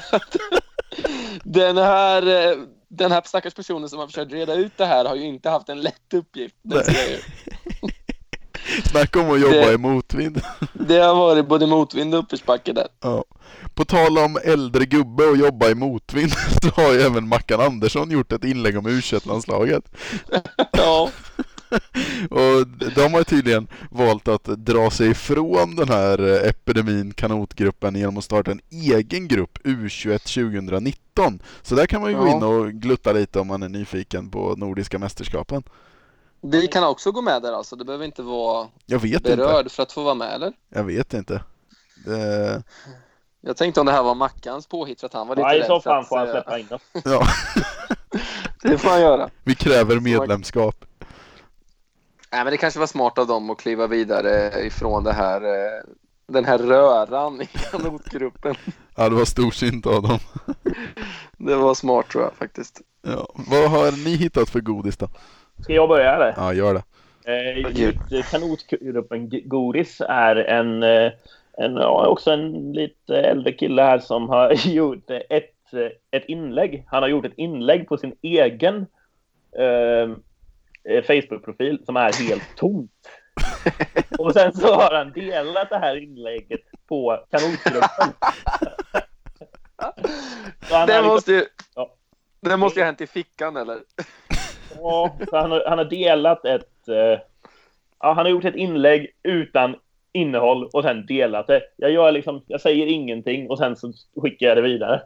S4: den här eh, den här stackars personen som har försökt reda ut det här har ju inte haft en lätt uppgift. Det, ska jag ju.
S3: snacka om att jobba
S4: Det-
S3: i motvind.
S4: Det har varit både motvind och uppförsbacke där.
S3: Ja. På tal om äldre gubbe och jobba i motvind så har ju även Mackan Andersson gjort ett inlägg om U tjugoett-landslaget.
S4: Ja.
S3: Och de har tydligen valt att dra sig ifrån den här epidemin Kanotgruppen genom att starta en egen grupp U tjugoett tjugonitton. Så där kan man ju gå
S4: Ja.
S3: in och glutta lite om man är nyfiken på Nordiska mästerskapen.
S4: Vi kan också gå med där alltså. Det behöver inte vara
S3: Jag vet
S4: berörd
S3: inte.
S4: för att få vara med, eller?
S3: Jag vet inte. Det...
S4: Jag tänkte om det här var Mackans påhitt för att han var lite
S2: Nej, i
S4: rädd
S2: så
S4: för
S2: fall
S4: att,
S2: får han
S4: eh,
S2: släppa in oss.
S3: Ja,
S4: Det får han göra.
S3: vi kräver medlemskap.
S4: Nej, men det kanske var smart av dem att kliva vidare ifrån det här, eh, den här röran i kanotgruppen.
S3: Ja, det var storsynt av dem.
S4: Det var smart tror jag faktiskt.
S3: Ja. Vad har ni hittat för godis då?
S2: Ska jag börja eller?
S3: Ja, gör det.
S2: Eh,
S4: Gud.
S2: just Kanotgruppen G- Godis är en, eh, en ja, också en lite äldre kille här som har gjort eh, ett, eh, ett inlägg. Han har gjort ett inlägg på sin egen eh, eh, Facebook-profil som är helt tomt. Och sen så har han delat det här inlägget på kanotgruppen.
S4: Det måste ju,
S2: ja.
S4: det måste ju ha hänt i fickan, eller?
S2: Ja, så han, har, han har delat ett... Eh, ja, han har gjort ett inlägg utan innehåll och sen delat det. Jag gör liksom, jag säger ingenting och sen så skickar jag det vidare.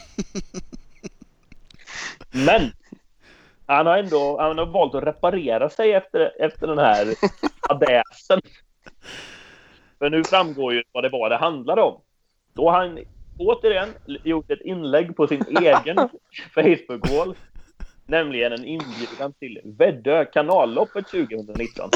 S2: Men han har ändå han har valt att reparera sig efter, efter den här adäsen. För nu framgår ju vad det var det handlade om. Då har han återigen gjort ett inlägg på sin egen Facebook-wall. Nämligen en inbjudan till Väddö kanalloppet tjugonitton.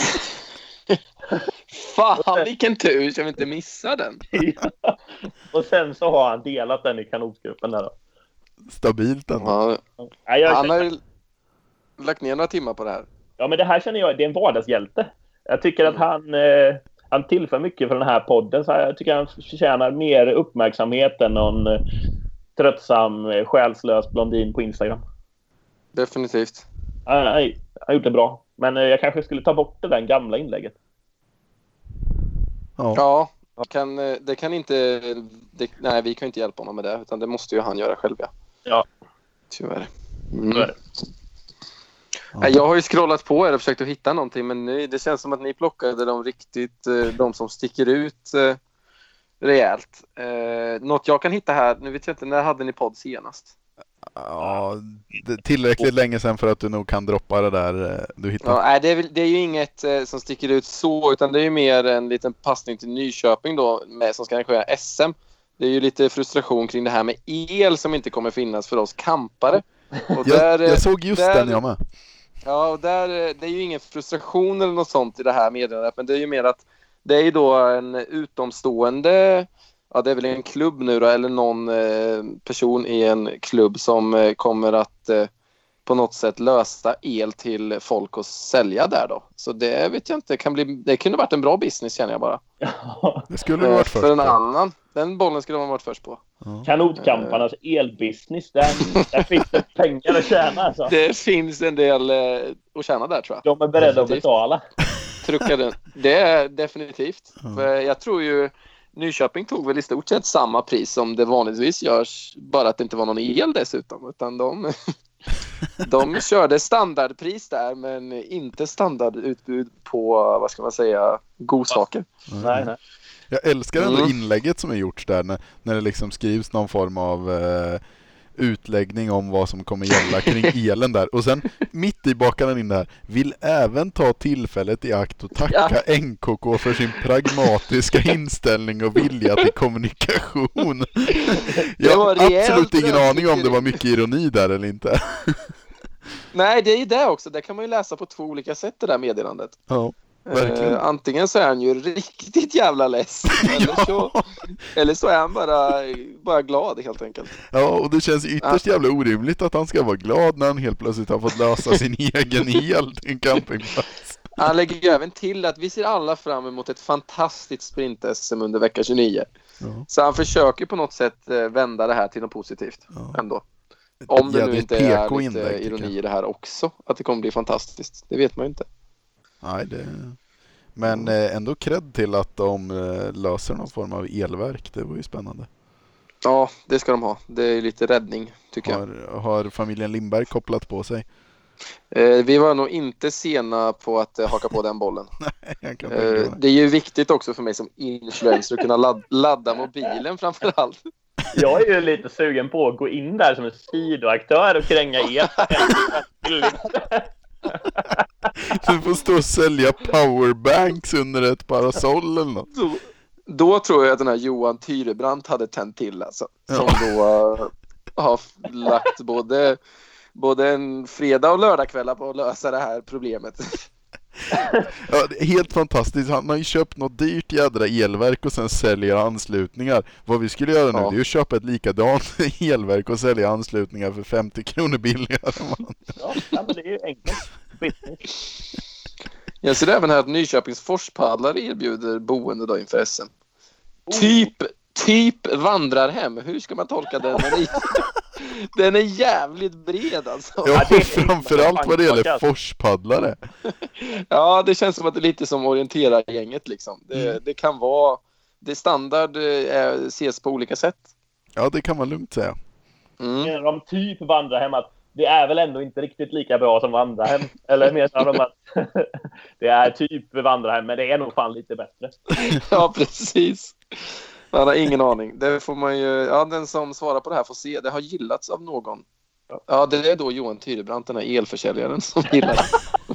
S4: Fan, vilken tur så vi inte missar den.
S2: Ja. Och sen så har han delat den i kanotgruppen där då.
S3: Stabilt ändå.
S4: Ja.
S2: Ja, jag
S4: Han har
S2: känner...
S4: ju lagt ner några timmar på det här.
S2: ja, men det här känner jag, det är en vardagshjälte. Jag tycker att han, eh, han tillför mycket för den här podden. Så jag tycker han förtjänar mer uppmärksamhet än någon eh, tröttsam, eh, själslös blondin på Instagram.
S4: Definitivt.
S2: Han har gjort det bra. Men eh, jag kanske skulle ta bort det där gamla inlägget.
S3: Ja.
S4: Ja, kan, det kan inte... Det, nej, vi kan inte hjälpa honom med det. Utan det måste ju han göra själv, ja.
S2: Ja.
S4: Tyvärr.
S2: Mm.
S4: Mm. Ja. Jag har ju scrollat på er och försökt att hitta någonting. Men nu, det känns som att ni plockade de riktigt... De som sticker ut eh, rejält. Eh, något jag kan hitta här... Nu vet jag inte, när hade ni podd senast?
S3: Ja, det, tillräckligt länge sedan för att du nog kan droppa det där du hittar.
S4: Ja, nej, det, är, väl- det är ju inget eh, som sticker ut så, utan det är ju mer en liten passning till Nyköping då, med, som ska arrangera S M. Det är ju lite frustration kring det här med el som inte kommer finnas för oss kampare. Och
S3: jag,
S4: där,
S3: jag såg just
S4: där,
S3: den jag med.
S4: Ja, och där, det är ju ingen frustration eller något sånt i det här meddelandet, men det är ju mer att det är ju då en utomstående... Ja, det är väl en klubb nu då, eller någon eh, person i en klubb som eh, kommer att eh, på något sätt lösa el till folk och sälja där då. Så det vet jag inte, kan bli, det kunde varit en bra business känner jag bara.
S3: Det skulle du varit först
S4: För en
S3: på.
S4: annan, den bollen skulle man varit först på.
S3: Ja.
S2: Kanotkamparnas elbusiness, där, där finns det pengar att tjäna alltså.
S4: Det finns en del eh, att tjäna där tror jag.
S2: De är beredda att
S4: Definitivt.
S2: betala.
S4: Truckade. Det är definitivt.
S3: Mm.
S4: För jag tror ju Nyköping tog väl i stort sett samma pris som det vanligtvis görs, bara att det inte var någon el dessutom, utan de, de körde standardpris där, men inte standardutbud på, vad ska man säga, godsaker.
S2: Nej, nej.
S3: Jag älskar ändå
S4: Mm.
S3: inlägget som är gjort där när, när det liksom skrivs någon form av eh, utläggning om vad som kommer gälla kring elen där. Och sen mitt i bakar den in där, vill även ta tillfället i akt och tacka
S4: Ja.
S3: N K K för sin pragmatiska inställning och vilja till kommunikation. Jag
S4: var
S3: har
S4: rejält
S3: absolut ingen aning om
S4: rödtryckeri.
S3: det var mycket ironi där eller inte.
S4: Nej, det är ju det också. Det kan man ju läsa på två olika sätt, det där meddelandet.
S3: Ja, verkligen.
S4: Eh, antingen så är han ju riktigt jävla less, eller, så, eller så är han bara, bara glad helt enkelt.
S3: Ja, och det känns ytterst jävla orimligt att han ska vara glad när han helt plötsligt har fått lösa sin egen el till en campingplats.
S4: Han lägger ju även till att vi ser alla fram emot ett fantastiskt sprint-S M under vecka tjugonio.
S3: Ja.
S4: Så han försöker på något sätt eh, vända det här till något positivt
S3: Ja.
S4: ändå. Om det nu
S3: Jävligt
S4: inte är
S3: P K
S4: lite
S3: inlägg, tycker
S4: ironi
S3: jag.
S4: i det här också. Att det kommer bli fantastiskt. Det vet man ju inte.
S3: Nej, det... Men eh, ändå cred till att de eh, löser någon form av elverk. Det var ju spännande.
S4: Ja, det ska de ha. Det är lite räddning, tycker jag.
S3: Har, har familjen Lindberg kopplat på sig?
S4: Eh, vi var nog inte sena på att eh, haka på den bollen.
S3: Jag kan tänka
S4: Eh,
S3: mig.
S4: det är ju viktigt också för mig som influencer att kunna lad- ladda mobilen framför allt.
S2: Jag är ju lite sugen på att gå in där som en sidoaktör och kränga el.
S3: Du får stå och sälja powerbanks under ett parasoll eller något.
S4: Då, då tror jag att den här Johan Tyrebrandt hade tänt till alltså. Som då uh, har lagt både, både en fredag och lördagkvällar på att lösa det här problemet.
S3: Ja, det är helt fantastiskt. Han har ju köpt något dyrt jädra elverk och sen säljer anslutningar. Vad vi skulle göra nu,
S4: Ja.
S3: det är att köpa ett likadant elverk och sälja anslutningar för femtio kronor billigare. Man.
S2: Ja, men det är ju enkelt. Business.
S4: Jag ser även här att Nyköpings forspaddlare erbjuder boende då inför S M. Typ, typ vandrarhem. Hur ska man tolka den? Den är jävligt bred alltså.
S3: Ja,
S2: det är-
S3: framförallt vad det gäller forspaddlare.
S4: Ja, det känns som att det är lite som orienterargänget liksom. Det,
S3: Mm.
S4: det kan vara... Det standard eh, ses på olika sätt.
S3: Ja, det kan man lugnt säga.
S4: Mm.
S2: Menar de typ vandrarhem att det är väl ändå inte riktigt lika bra som vandrarhem? Eller menar de att det är typ vandrarhem, men det är nog fan lite bättre?
S4: Ja, precis. Man har ingen aning. Det får man ju... Ja, den som svarar på det här får se. Det har gillats av någon. Ja, det är då Johan Tyrebrandt, den här elförsäljaren som gillar det.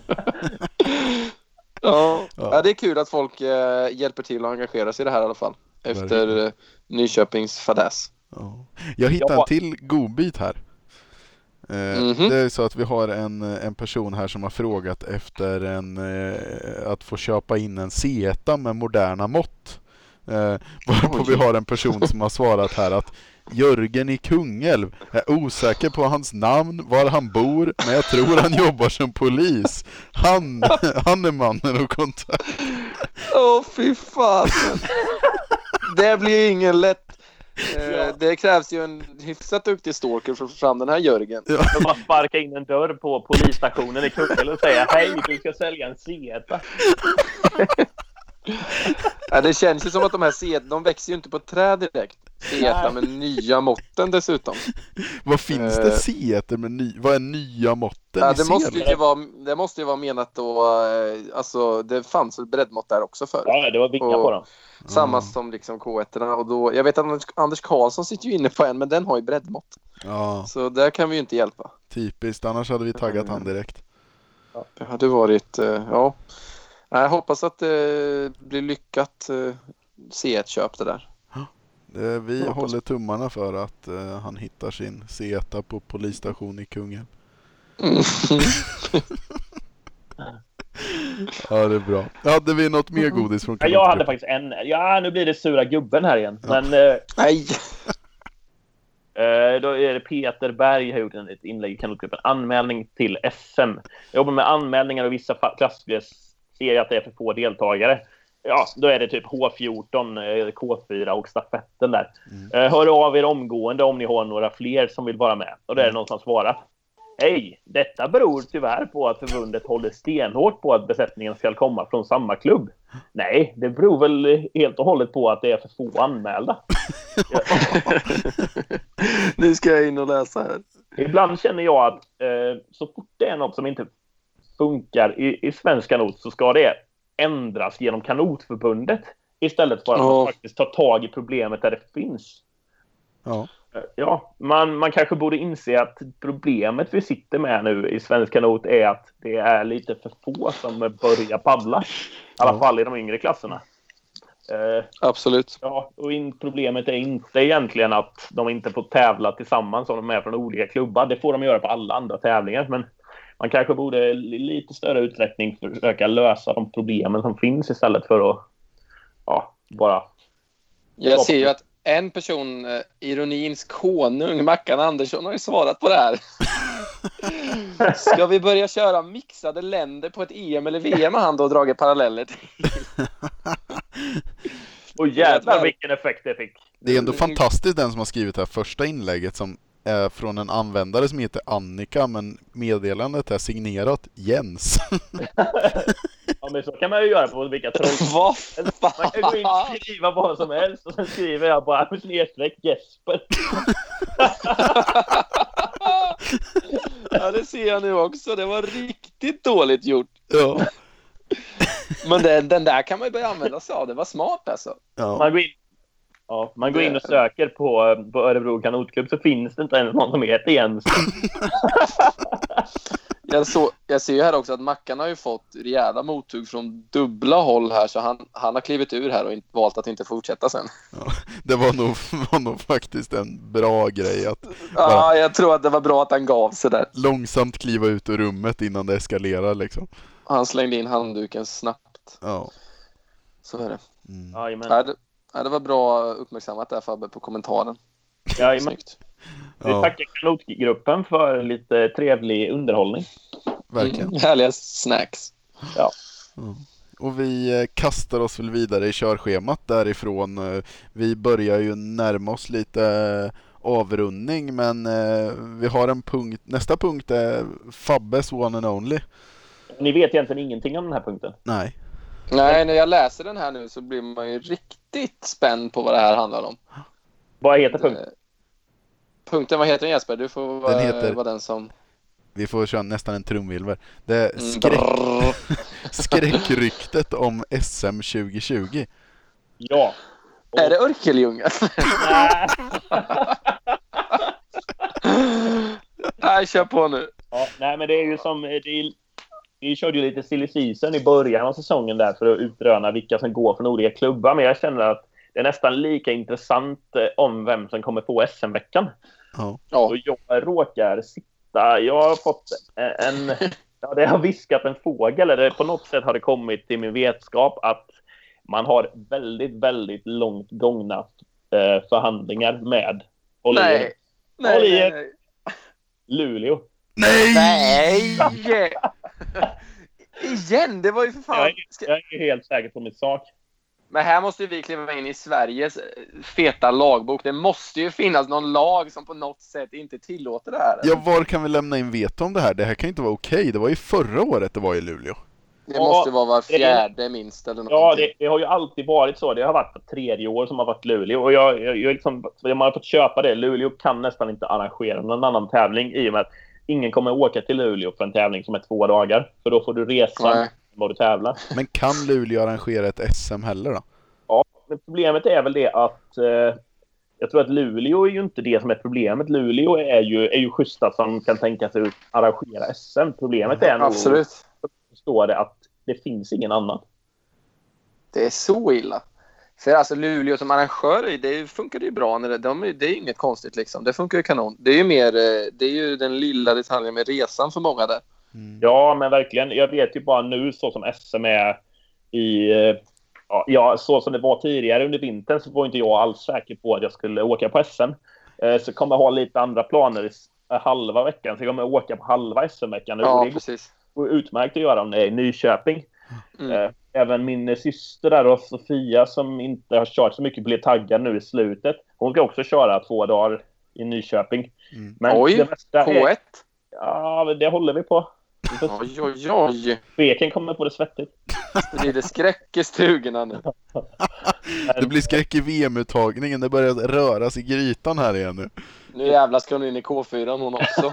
S4: Ja. Ja, det är kul att folk eh, hjälper till och engagerar sig i det här i alla fall. Efter eh, Nyköpings fadäs.
S3: Ja. Jag hittade en till godbit här. Eh,
S4: Mhm.
S3: Det är så att vi har en, en person här som har frågat efter en, eh, att få köpa in en Zeta med moderna mått. Eh, varpå vi har en person som har svarat här att Jörgen i Kungälv är osäker på hans namn, var han bor, men jag tror han jobbar som polis. Han, han är mannen att kontakta.
S4: Åh, oh, fy fan. Det blir ingen lätt. Eh,
S2: Ja.
S4: Det krävs ju en hyfsat duktig stalker för att få fram den här Jörgen.
S3: Ja.
S2: De bara sparka in en dörr på polisstationen i Kungälv och säga hej, du ska sälja en Zeta.
S4: Ja, det känns ju som att de här Zeta, de växer ju inte på träd direkt. Zeta med nya måtten dessutom.
S3: Vad finns det Zeter med ny, vad är nya måtten
S4: Ja,
S3: i
S4: det, måste
S3: serien?
S4: ju vara, det måste ju vara menat då, eh, alltså det fanns väl breddmått där också förr.
S2: Ja, det var vingar på dem.
S4: Samma som liksom K ett-erna, och då, jag vet att Anders- Anders Karlsson sitter ju inne på en, men den har ju breddmått.
S3: Ja,
S4: Så där kan vi ju inte hjälpa.
S3: typiskt. Annars hade vi taggat han direkt.
S4: Det hade varit, eh, ja. Jag hoppas att det blir lyckat eh, C ett-köp det där.
S3: Eh, Vi
S4: Jag hoppas.
S3: håller tummarna för att eh, han hittar sin Zeta på polisstation i Kungälv. Ja, det är bra. Hade vi något mer godis från
S2: Ja, jag hade
S3: kanotgruppen?
S2: faktiskt en. Ja, nu blir det sura gubben här igen. Men eh,
S4: Nej!
S2: eh, då är det Peter Berg har gjort en- ett inlägg i kanotgruppen. Anmälning till S M. Jag jobbar med anmälningar och vissa fa- klasser ser jag att det är för få deltagare. Ja, då är det typ H fjorton, eh, K fyra och stafetten där. Eh, hör av er omgående om ni har några fler som vill vara med. Och det är det någon som svarar. Hej, detta beror tyvärr på att förbundet håller stenhårt på att besättningen ska komma från samma klubb. Nej, det beror väl helt och hållet på att det är för få anmälda.
S4: Nu ska jag in och läsa här.
S2: Ibland känner jag att eh, så fort det är något som inte funkar i, i svensk kanot så ska det ändras genom kanotförbundet istället för att
S4: Ja.
S2: man faktiskt tar tag i problemet där det finns.
S3: Ja.
S2: Eh, Ja, man, man kanske borde inse att problemet vi sitter med nu i svensk kanot är att det är lite för få som börjar paddla. I alla
S3: Ja.
S2: fall i de yngre klasserna. Eh,
S4: Absolut.
S2: Ja, och in, problemet är inte egentligen att de inte får tävla tillsammans om de är från olika klubbar. Det får de göra på alla andra tävlingar. Men man kanske borde i lite större utsträckning försöka lösa de problemen som finns istället för att ja, bara...
S4: Jag ser ju att en person, eh, ironins konung, Mackan Andersson, har ju svarat på det här. Ska vi börja köra mixade länder på ett E M eller V M, har han då dragit paralleller till?
S2: Och jävlar vilken effekt det fick.
S3: Det är ändå fantastiskt den som har skrivit det här första inlägget som är från en användare som heter Annika, men meddelandet är signerat Jens.
S2: Ja, men så kan man ju göra på vilka troll.
S4: Vad
S2: Man kan gå in och skriva vad som helst och sen skriver jag bara med snedstreck Jesper.
S4: Ja, det ser jag nu också. Det var riktigt dåligt gjort.
S3: Ja.
S4: Men den, den där kan man ju börja använda sig av. Det var smart alltså.
S3: Ja.
S2: Man går in, ja, man går in och söker på, på Örebro kanotklubb så finns det inte ens någon som heter Jens.
S4: Jag, så, jag ser ju här också att Mackan har ju fått rejäla mothugg från dubbla håll här, så han, han har klivit ur här och inte, valt att inte fortsätta sen.
S3: Ja. Det var nog, var nog faktiskt en bra grej att
S4: Ja, jag tror att det var bra att han gav sig där.
S3: långsamt kliva ut ur rummet innan det eskalerar liksom.
S4: Han slängde in handduken snabbt.
S3: Ja.
S4: Så är det.
S3: Mm.
S2: Jajamän.
S4: Ja, det, ja, det var bra uppmärksammat där, Fabbe, på kommentaren.
S2: Jajamän.
S4: Snyggt.
S2: Vi
S3: Ja,
S2: tackar kanotgruppen för lite trevlig underhållning.
S3: verkligen.
S4: Mm, härliga snacks.
S2: Ja.
S3: Och vi eh, kastar oss väl vidare i körschemat därifrån. Eh, Vi börjar ju närma oss lite eh, avrundning, men eh, vi har en punkt. Nästa punkt är Fabbes one and only.
S2: Ni vet egentligen ingenting om den här punkten.
S3: Nej.
S4: Nej, när jag läser den här nu så blir man ju riktigt spänd på vad det här handlar om.
S2: Vad heter punkten?
S4: Punkten, vad heter den, Jesper? Du får vara
S3: Den
S4: den,
S3: heter-
S4: vara den som...
S3: Vi får köra nästan en trumvirvel. Det är
S4: Mm,
S3: skräck,
S4: brrr.
S3: skräckryktet om S M tjugo tjugo.
S2: Ja.
S4: Är det Örkelljunga? Nej, kör på nu.
S2: Ja, nej, men det är ju som... Det är, vi körde ju lite silly season i början av säsongen där för att utröna vilka som går från olika klubbar. Men jag känner att det är nästan lika intressant eh, om vem som kommer få S M-veckan.
S3: Ja.
S4: Ja.
S2: Och jag råkar sitta... Jag har fått en... Ja, det har viskat en fågel. Eller på något sätt har det kommit till min vetskap att man har väldigt, väldigt långt gångna eh, förhandlingar med håll i er,
S4: Nej. Nej,
S2: Håll i
S4: nej,
S2: er.
S4: nej.
S2: Luleå.
S3: Nej!
S4: Nej! Igen, det var ju för
S2: Jag
S4: fan...
S2: är, jag är helt säker på min sak.
S4: Men här måste vi kliva in i Sveriges feta lagbok. Det måste ju finnas någon lag som på något sätt inte tillåter det här.
S3: Ja, var kan vi lämna in veto om det här? Det här kan inte vara okej. Det var ju förra året det var i Luleå.
S4: Det
S2: Ja,
S4: måste vara var
S2: det är-
S4: fjärde minst eller något.
S2: Ja, det, det har ju alltid varit så. Det har varit på tredje år som har varit Luleå. Och jag, jag, jag liksom, man har fått köpa det. Luleå kan nästan inte arrangera någon annan tävling i och med att ingen kommer åka till Luleå för en tävling som är två dagar. För då får du resa
S4: Nej.
S2: vad du tävlar.
S3: Men kan Luleå arrangera ett S M heller då?
S2: Ja, men problemet är väl det att eh, jag tror att Luleå är ju inte det som är problemet. Luleå är ju, är ju schyssta som kan tänka sig att arrangera S M. Problemet är nog,
S4: Absolut.
S2: förstår det, att det finns ingen annan.
S4: Det är så illa. För alltså Luleå som arrangör, det funkar ju bra. När det, de, det är ju inget konstigt liksom. Det funkar ju kanon. Det är ju mer, eh, det är ju den lilla detaljen med resan för många där.
S3: Mm.
S2: Ja, men verkligen. Jag vet ju bara nu så som S M är i... eh, Ja, ja, så som det var tidigare under vintern så var inte jag alls säker på att jag skulle åka på S M. Eh, så kommer jag ha lite andra planer i s- eh, halva veckan. Så jag kommer åka på halva S M-veckan.
S4: Ja,
S2: Och det
S4: precis.
S2: går utmärkt att göra om det är i Nyköping.
S4: Mm.
S2: Eh, Även min syster där och Sofia som inte har kört så mycket blir taggad nu i slutet. Hon ska också köra två dagar i Nyköping.
S3: Mm.
S2: Men
S4: Oj,
S2: det mesta
S4: K
S2: är,
S4: ett.
S2: ja, det håller vi på.
S4: Oj, oj, oj.
S2: Beken kommer på det svettigt.
S4: Det blir det skräck i stugorna nu.
S3: Det blir skräck i V M-uttagningen. Det börjar röras i grytan här igen nu.
S4: Nu jävlar ska hon in i K fyra hon också.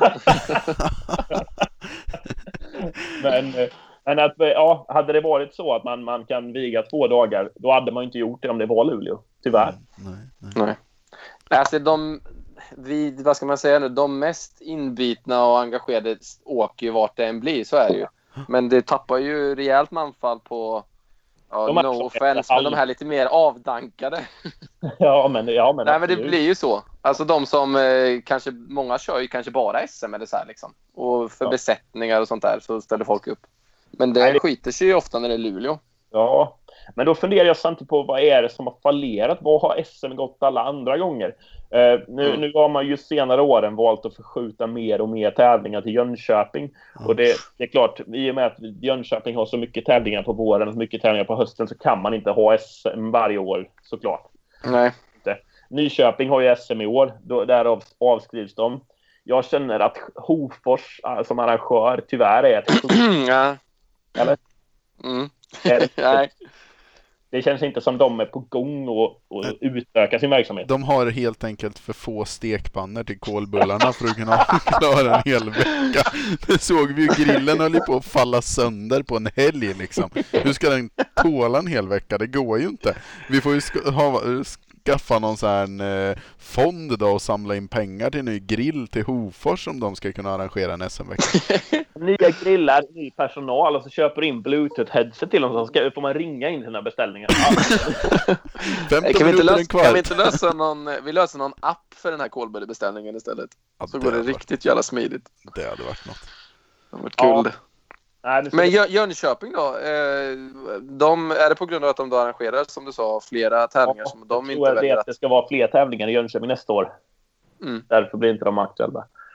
S2: Men, eh, men att, ja, hade det varit så att man, man kan viga två dagar, då hade man inte gjort det om det var Luleå. Tyvärr.
S3: Nej, nej.
S4: Nej. Alltså de, vi, vad ska man säga nu, de mest inbitna och engagerade åker ju vart det än blir, så är det ju. Men det tappar ju rejält manfall på, ja,
S2: De är
S4: no
S2: så
S4: offense, men de här lite mer avdankade.
S2: Ja, men, ja, men,
S4: Nej, men det
S2: absolut.
S4: blir ju så. Alltså de som eh, kanske, många kör ju kanske bara S M eller så här liksom. Och för
S2: Ja.
S4: besättningar och sånt där så ställer folk upp. Men det,
S2: Nej, det-
S4: skiter sig ju ofta när det är Luleå.
S2: Ja, men då funderar jag samtidigt på vad är det som har fallerat? Vad har S M gått alla andra gånger? Eh, nu,
S4: Mm.
S2: nu har man ju senare åren valt att förskjuta mer och mer tävlingar till Jönköping. Och det, det är klart, i och med att Jönköping har så mycket tävlingar på våren och så mycket tävlingar på hösten så kan man inte ha S M varje år, såklart.
S4: Nej.
S2: Nyköping har ju S M i år, då, därav avskrivs de. Jag känner att Hofors äh, som arrangör tyvärr är ett
S4: Ja.
S2: eller?
S4: Mm.
S2: Är det,
S4: Nej.
S2: det känns inte som de är på gång och, och utöka sin verksamhet.
S3: De har helt enkelt för få stekpannor till kolbullarna för att kunna klara en hel vecka. Det såg vi ju, grillen höll ju på att falla sönder på en helg liksom. Hur ska den tåla en hel vecka? Det går ju inte. Vi får ju sk- ha, skaffa någon sån här eh, fond då och samla in pengar till en ny grill till Hofors om de ska kunna arrangera en S M-vecka.
S2: Nya grillar, ny personal och så köper in Bluetooth-headset till dem så ska, får man ringa in sina beställningar.
S3: femton
S4: Kan vi, inte
S3: minuter, en
S4: lösa,
S3: kvart.
S4: kan vi inte lösa någon, vi löser någon app för den här kolbullebeställningen istället?
S3: Ja,
S4: Så
S3: det
S4: går det
S3: hade varit-
S4: riktigt jävla smidigt.
S3: Det hade varit något.
S4: Det har varit
S2: Ja.
S4: kul det.
S2: Nej, det
S4: Men Jö- Jönköping då? Eh, de, är det på grund av att de då arrangerar, som du sa, flera tävlingar som de
S2: jag
S4: inte
S2: tror att det,
S4: väljer
S2: att
S4: att...
S2: det ska vara fler tävlingar i Jönköping nästa år.
S4: Mm.
S2: Därför blir inte de aktuella.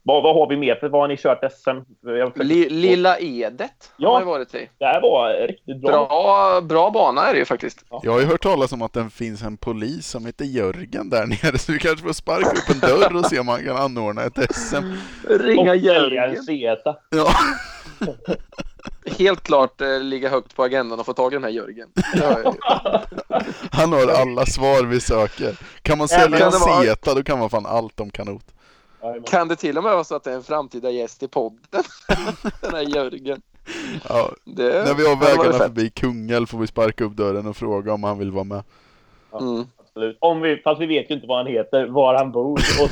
S2: Vad, vad har vi mer? För vad har ni kört S M?
S4: Li, Lilla Edet
S2: Ja,
S4: har jag varit i.
S2: Det här var riktigt bra.
S4: Bra, bra bana är det ju faktiskt.
S3: Jag har ju hört talas om att det finns en polis som heter Jörgen där nere, så vi kanske får sparka upp en dörr och se om man kan anordna ett S M.
S4: Ringa
S2: Och
S4: Jörgen.
S2: en Zeta.
S3: Ja.
S4: Helt klart eh, ligga högt på agendan och få tag i den här Jörgen.
S3: Han har alla svar vi söker. Kan man sälja
S4: kan
S3: en
S4: det vara-
S3: Zeta, då kan man fan allt om kanot.
S4: Kan det till och med vara så att det är en framtida gäst i podden? Den här Jörgen.
S3: Ja.
S4: Det,
S3: När vi har
S4: det var
S3: vägarna
S4: fett.
S3: förbi Kungälv får vi sparka upp dörren och fråga om han vill vara med.
S4: Mm.
S2: Absolut. Om vi, fast vi vet ju inte vad han heter, var han bor. Och...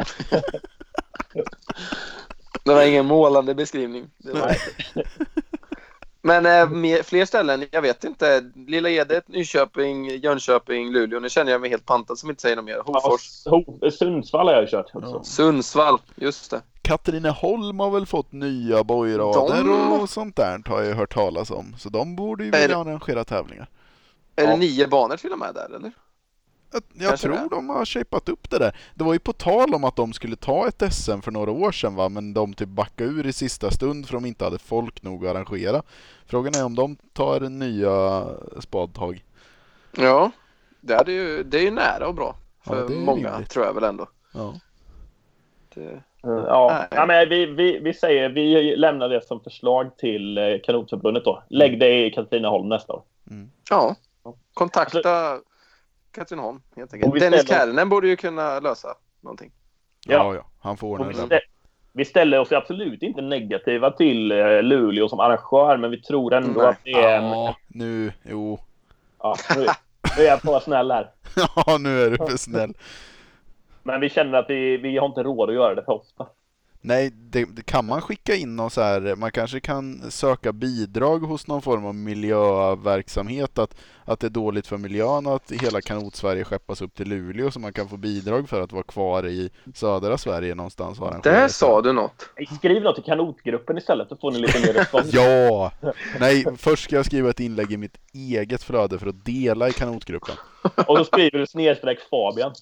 S4: Det var ingen målande beskrivning. Det var... Men eh, mer, fler ställen, jag vet inte. Lilla Edet, Nyköping, Jönköping, Luleå. Nu känner jag mig helt pantad som inte säger något mer. Hofors.
S2: Ho- Sundsvall har jag kört också.
S3: Ja.
S4: Sundsvall, just det.
S3: Katrineholm har väl fått nya bojrader
S4: De-
S3: och sånt där har jag hört talas om. Så de borde ju
S4: Är
S3: vilja
S4: det-
S3: arrangera tävlingar.
S4: Är
S2: Ja.
S4: det nio banor till och med där, eller?
S3: Jag, jag
S4: Kanske
S3: tror
S4: det.
S3: de har shapat upp det där. Det var ju på tal om att de skulle ta ett S M för några år sedan, va? Men de typ backade ur i sista stund för de inte hade folk nog att arrangera. Frågan är om de tar nya spadtag.
S4: Ja, det är ju, det är ju nära och bra. För
S3: Ja, det är
S4: många,
S3: rimligt.
S4: tror jag väl ändå.
S3: Ja.
S4: Det...
S2: Ja,
S4: Nej.
S2: ja men vi, vi, vi säger vi lämnar det som förslag till eh, Kanotförbundet då. Lägg det i Katrineholm nästa år.
S4: Ja, kontakta Katrineholm helt
S2: Och
S4: enkelt.
S2: vi
S4: Dennis
S2: ställer-
S4: Kärnen borde ju kunna lösa någonting.
S3: Ja,
S2: Ja.
S3: ja, han får ordna
S2: Och
S3: det
S2: vi,
S3: där.
S2: stä- vi ställer oss absolut inte negativa till eh, Luleå som arrangör, men vi tror ändå
S4: Nej.
S2: att det är...
S3: Ja, nu, jo.
S2: Ja, nu, nu är jag för snäll här.
S3: Ja, nu är du för snäll.
S2: Men vi känner att vi, vi har inte råd att göra det för ofta.
S3: Nej, det, det kan man skicka in och så här, man kanske kan söka bidrag hos någon form av miljöverksamhet, att, att det är dåligt för miljön att hela Kanot-Sverige skeppas upp till Luleå, så man kan få bidrag för att vara kvar i södra Sverige någonstans och arrangera
S4: Där
S3: det.
S4: sa du något.
S2: Skriv något till kanotgruppen istället, så får ni lite mer respons.
S3: Ja! Nej, först ska jag skriva ett inlägg i mitt eget flöde för att dela i kanotgruppen.
S2: Och så skriver du snedstreck Fabian.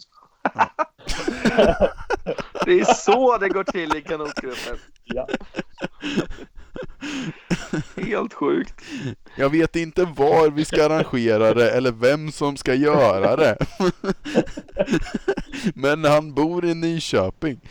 S4: Det är så det går till i kanotgruppen.
S2: Ja.
S4: Helt sjukt.
S3: Jag vet inte var vi ska arrangera det eller vem som ska göra det. Men han bor i Nyköping.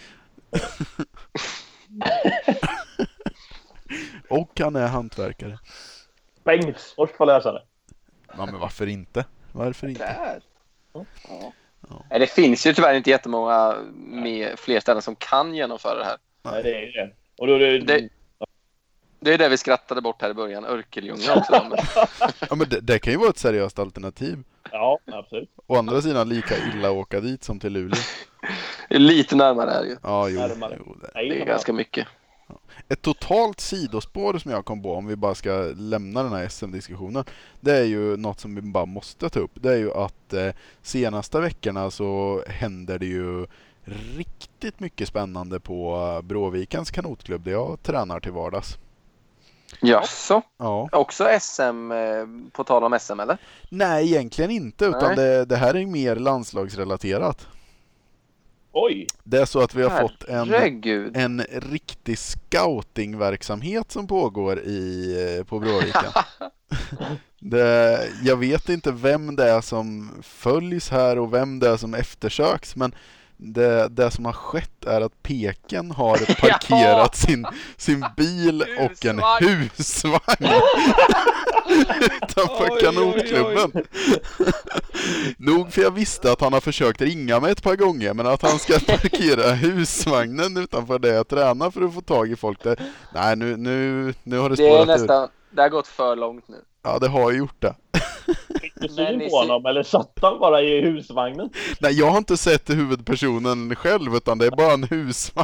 S3: Och han är hantverkare.
S2: Bengtsfors får lösa det.
S3: Ja, men varför inte? Varför inte?
S4: Där. Ja. Nej, det finns ju tyvärr inte jättemånga med fler ställen som kan genomföra det här.
S2: Nej, det är ju det. Och då är det...
S4: Det- Det är det vi skrattade bort här i början. Örkelljunga också. Men...
S3: Ja, men det, det kan ju vara ett seriöst alternativ.
S2: Ja, absolut.
S3: Å andra sidan lika illa åka dit som till Luleå.
S4: Det är lite närmare här ju.
S3: Ja, jo,
S2: Närmare.
S3: jo det.
S2: Nej,
S4: Det är ganska mycket.
S3: Ett totalt sidospår som jag kom på, om vi bara ska lämna den här S M-diskussionen, det är ju något som vi bara måste ta upp. Det är ju att eh, senaste veckorna så händer det ju riktigt mycket spännande på eh, Bråvikens kanotklubb där jag tränar till vardags.
S4: Jaså?
S3: Ja.
S4: Också S M, eh, på tal om S M eller?
S3: Nej, egentligen inte, utan
S4: Nej.
S3: det, det här är mer landslagsrelaterat.
S2: Oj!
S3: Det är så att vi har fått en,
S4: Herregud.
S3: en riktig scoutingverksamhet som pågår i, eh, på Bråviken. Det, jag vet inte vem det är som följs här och vem det är som eftersöks, men det, det som har skett är att Peken har parkerat sin, sin bil och en husvagn utanför
S2: Oj,
S3: kanotklubben.
S2: oj,
S3: Nog för jag visste att han har försökt ringa mig ett par gånger, men att han ska parkera husvagnen utanför det jag tränar för att få tag i folk där. Nej, nu, nu, nu har det
S4: Det är
S3: spårat ur.
S4: nästan, det har gått för långt nu.
S3: Ja, det har gjort det.
S2: Fick du
S4: Men
S2: syn
S4: ni
S2: på
S4: ser-
S2: honom eller satt han bara i husvagnen?
S3: Nej, jag har inte sett huvudpersonen själv, utan det är bara en husvagn.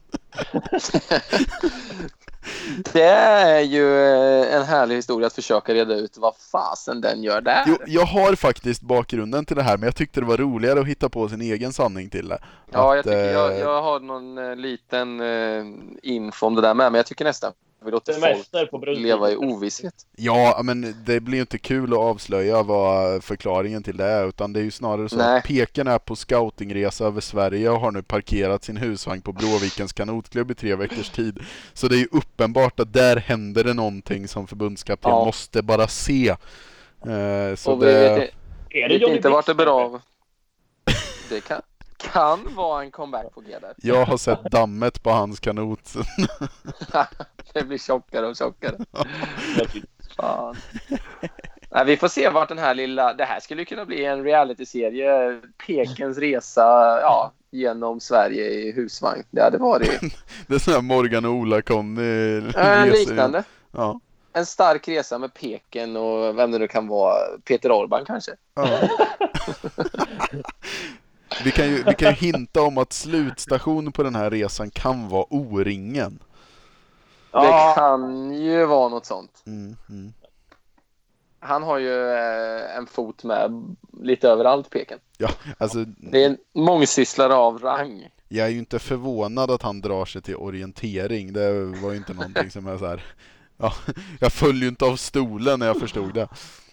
S4: Det är ju eh, en härlig historia att försöka reda ut vad fasen den gör där.
S3: Jo, jag har faktiskt bakgrunden till det här, men jag tyckte det var roligare att hitta på sin egen sanning till det.
S4: Ja,
S3: Att,
S4: jag, tycker, jag,
S3: eh,
S4: jag har någon eh, liten eh, info om det där med, men jag tycker nästan vi låter
S2: Semester
S4: folk
S2: på Brunnsvik.
S4: leva i ovisshet.
S3: Ja, men det blir ju inte kul att avslöja vad förklaringen till det är, utan det är ju snarare så
S4: Nej.
S3: att Peken är på scoutingresa över Sverige och har nu parkerat sin husvagn på Bråvikens kanotklubb i tre veckors tid. Så det är ju uppenbart att där händer det någonting som förbundskapten
S4: Ja.
S3: måste bara se. Eh, så
S4: Och vi
S3: det...
S4: vet,
S2: Är det
S4: vet
S2: Johnny
S4: inte vart det
S2: Blix,
S4: blir av. Det kan, kan vara en comeback på G där.
S3: Jag har sett dammet på hans kanot.
S4: Det blir tjockare och tjockare.
S2: eller?
S4: Fan. Nej, vi får se vart den här lilla... Det här skulle kunna bli en realityserie. Pekens resa ja, genom Sverige i husvagn. Det hade varit...
S3: Det är sån här Morgan och Ola kom i
S4: En liknande.
S3: Ja.
S4: En stark resa med Peken och vem det nu kan vara. Peter Orban kanske.
S3: Ja. Vi kan ju, vi kan ju hinta om att slutstation på den här resan kan vara O-ringen.
S4: Det kan ju vara något sånt.
S3: Mm, mm.
S4: Han har ju eh, en fot med lite överallt, Peken.
S3: Ja, alltså,
S4: Det är en mångsysslare av rang.
S3: jag är ju inte förvånad att han drar sig till orientering. Det var ju inte någonting som är så här. Ja, jag föll ju inte av stolen när jag förstod det.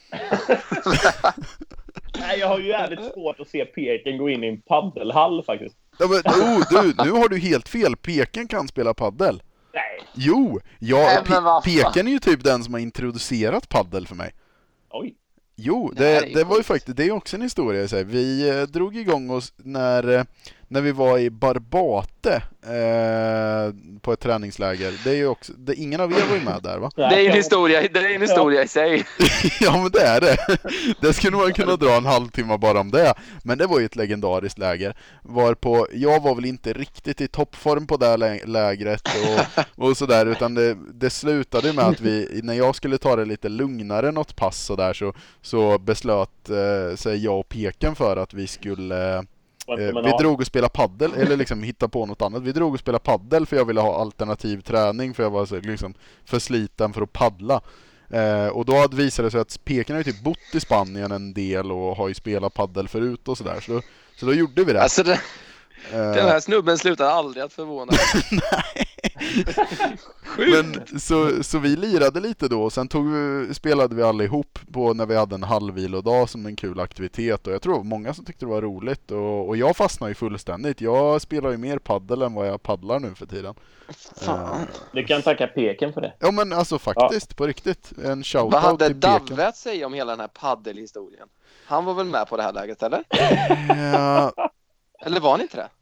S2: Nej, jag har ju jävligt svårt att se Peken gå in i en paddelhall faktiskt.
S3: Ja, men, oh, du, nu har du helt fel. Peken kan spela paddel.
S2: Nej.
S3: Jo, jag,
S4: Nej, men
S3: Pe-
S4: vad fan.
S3: Peken är ju typ den som har introducerat paddel för mig.
S2: Oj.
S3: Jo,
S4: Det här
S3: det,
S4: är
S3: det,
S4: ju
S3: var ju
S4: sjukt.
S3: faktiskt, det är ju också en historia. Så här. Vi eh, drog igång oss när, eh, när vi var i Barbate eh, på ett träningsläger. Det är ju också, det, ingen av er var ju med där, va?
S4: Det är en historia, det är en historia i sig.
S3: Ja, men det är det. Det skulle man kunna dra en halvtimme bara om det. Men det var ju ett legendariskt läger. Varpå jag var väl inte riktigt i toppform på det här lä- lägret och, och sådär. Utan det, det slutade med att vi, när jag skulle ta det lite lugnare något pass och där, så, så beslöt eh, sig jag och Peken för att vi skulle... Eh, vi drog och spela paddel, eller liksom hitta på något annat. Vi drog och spela paddel för jag ville ha alternativ träning, för jag var så, liksom, för sliten för att paddla. Eh, och då hade visat det sig att Peken har ju typ bott i Spanien en del och har ju spelat paddel förut och sådär. Så, så då gjorde vi det.
S4: Alltså det,
S3: Eh,
S4: den här snubben slutar aldrig att förvåna.
S3: Nej.
S4: Sjukt.
S3: Men så, så vi lirade lite då, och sen tog vi, spelade vi alla ihop på när vi hade en halvvilodag som en kul aktivitet, och jag tror många som tyckte det var roligt, och, och jag fastnade ju fullständigt. Jag spelar ju mer paddel än vad jag paddlar nu för tiden.
S4: Fan.
S2: Du kan tacka Peken för det.
S3: Ja, men alltså faktiskt, på riktigt. En shoutout
S4: Vad hade
S3: till Peken.
S4: Davve att säga om hela den här paddelhistorien? Han var väl med på det här läget, eller?
S3: Ja,
S4: Eller var han inte det?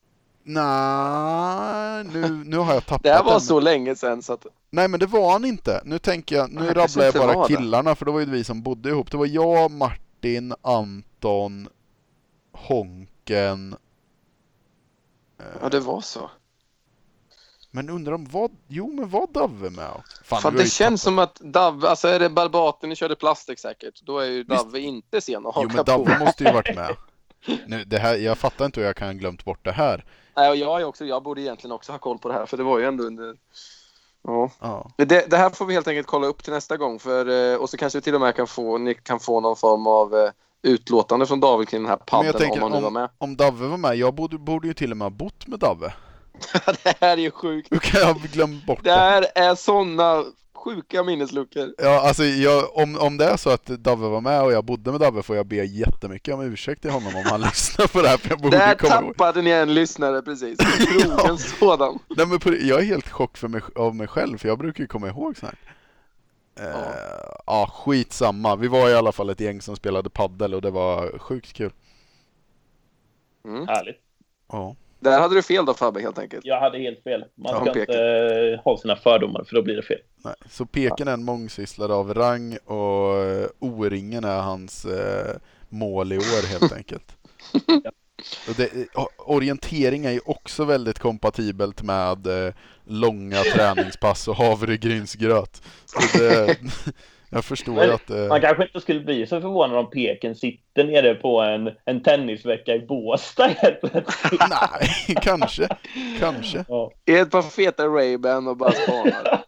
S3: nej, nu, nu har jag tappat
S4: Det här var
S3: den.
S4: så länge sedan så att...
S3: Nej, men det var han inte. Nu tänker jag, nu
S4: Han
S3: rabblar
S4: kanske
S3: jag
S4: inte
S3: bara
S4: var det.
S3: killarna, för det var ju vi som bodde ihop. Det var jag, Martin, Anton, Honken.
S4: Ja, det var så.
S3: Men undrar om vad, jo men var Davve med? Fan,
S4: Fan,
S3: nu har
S4: det
S3: jag
S4: känns
S3: tappat.
S4: som att Davve, alltså är det Barbaten ni körde plastik säkert, då är ju Davve inte sen att
S3: Jo,
S4: haka
S3: men
S4: på.
S3: Davve måste ju varit med. Nu, det här, jag fattar inte hur jag kan ha glömt bort det här.
S4: Nej, och jag är också, jag borde egentligen också ha koll på det här, för det var ju ändå under... Ja.
S3: Ja.
S4: Det, det här får vi helt enkelt kolla upp till nästa gång, för, eh, och så kanske vi till och med kan få, ni kan få någon form av eh, utlåtande från David kring den här
S3: Men
S4: padden
S3: jag tänker,
S4: om han nu var
S3: om,
S4: med.
S3: om Davve var med, jag borde, borde ju till och med ha bott med Davve.
S4: Det här är ju sjukt.
S3: Hur kan jag ha glömt bort
S4: Det
S3: det?
S4: här är såna sjuka minnesluckor.
S3: Ja, alltså jag, om, om det är så att Davve var med och jag bodde med Davve, får jag be jättemycket om ursäkt till honom om han lyssnar på det här, för jag borde
S4: Där
S3: komma ihåg.
S4: tappade ni en lyssnare precis. Trogen sådan.
S3: Nej, men på, jag är helt chock för mig, av mig själv, för jag brukar ju komma ihåg så här. Eh,
S4: Ja.
S3: ja, skitsamma. Vi var i alla fall ett gäng som spelade paddel och det var sjukt kul.
S4: Mm.
S2: Härligt.
S3: Ja.
S4: Där hade du fel då, Fabbe, helt enkelt.
S2: Jag hade helt fel. Man
S3: Ja,
S2: ska
S4: Peken.
S2: inte eh, ha sina fördomar, för då blir det fel.
S3: Nej. Så Peken är en mångsysslare av rang, och eh, O-ringen är hans eh, mål i år helt enkelt. Och det, eh, orientering är ju också väldigt kompatibelt med eh, långa träningspass och havregrynsgröt. Så det, jag förstår
S2: Men
S3: att... Eh,
S2: Man kanske inte skulle bli så förvånad om Peken sitter nere på en, en tennisvecka i Båstad helt plötsligt.
S3: nej, kanske. Kanske.
S2: Ja.
S4: I ett par feta Ray-Ban och bara spanar.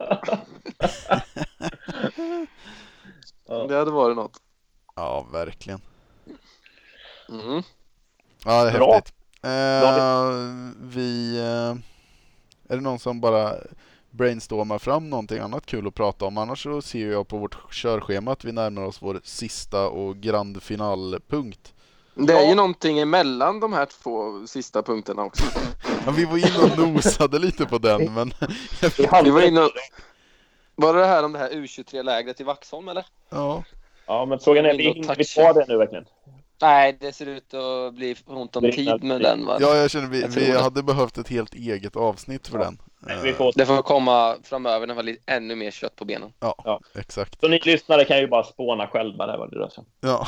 S2: Ja.
S4: Det hade varit något.
S3: Ja, verkligen.
S4: Mm.
S3: Ja, det är
S2: Bra.
S3: häftigt. Eh, vi... Eh, är det någon som bara brainstorma fram någonting annat kul att prata om. Annars så ser jag på vårt körschema att vi närmar oss vår sista och grand finalpunkt.
S4: Det är ju någonting emellan de här två sista punkterna också.
S3: Ja, vi var inne och nosade lite på den, men...
S4: Vi var inne och... Var det här om det här U tjugotre-lägret i Vaxholm, eller?
S3: Ja.
S2: Ja, men frågan är, vi hinner vi ta det nu verkligen?
S4: Nej, det ser ut att bli ont om tid med den, va?
S3: Ja, jag känner vi,
S4: jag
S3: vi hade behövt ett helt eget avsnitt för
S2: ja.
S3: den.
S2: Vi får...
S4: Det får komma framöver när vi har lite ännu mer kött på benen.
S3: Ja,
S2: ja,
S3: exakt.
S2: Så ni lyssnare kan ju bara spåna själva där vad det rör sig.
S3: Ja.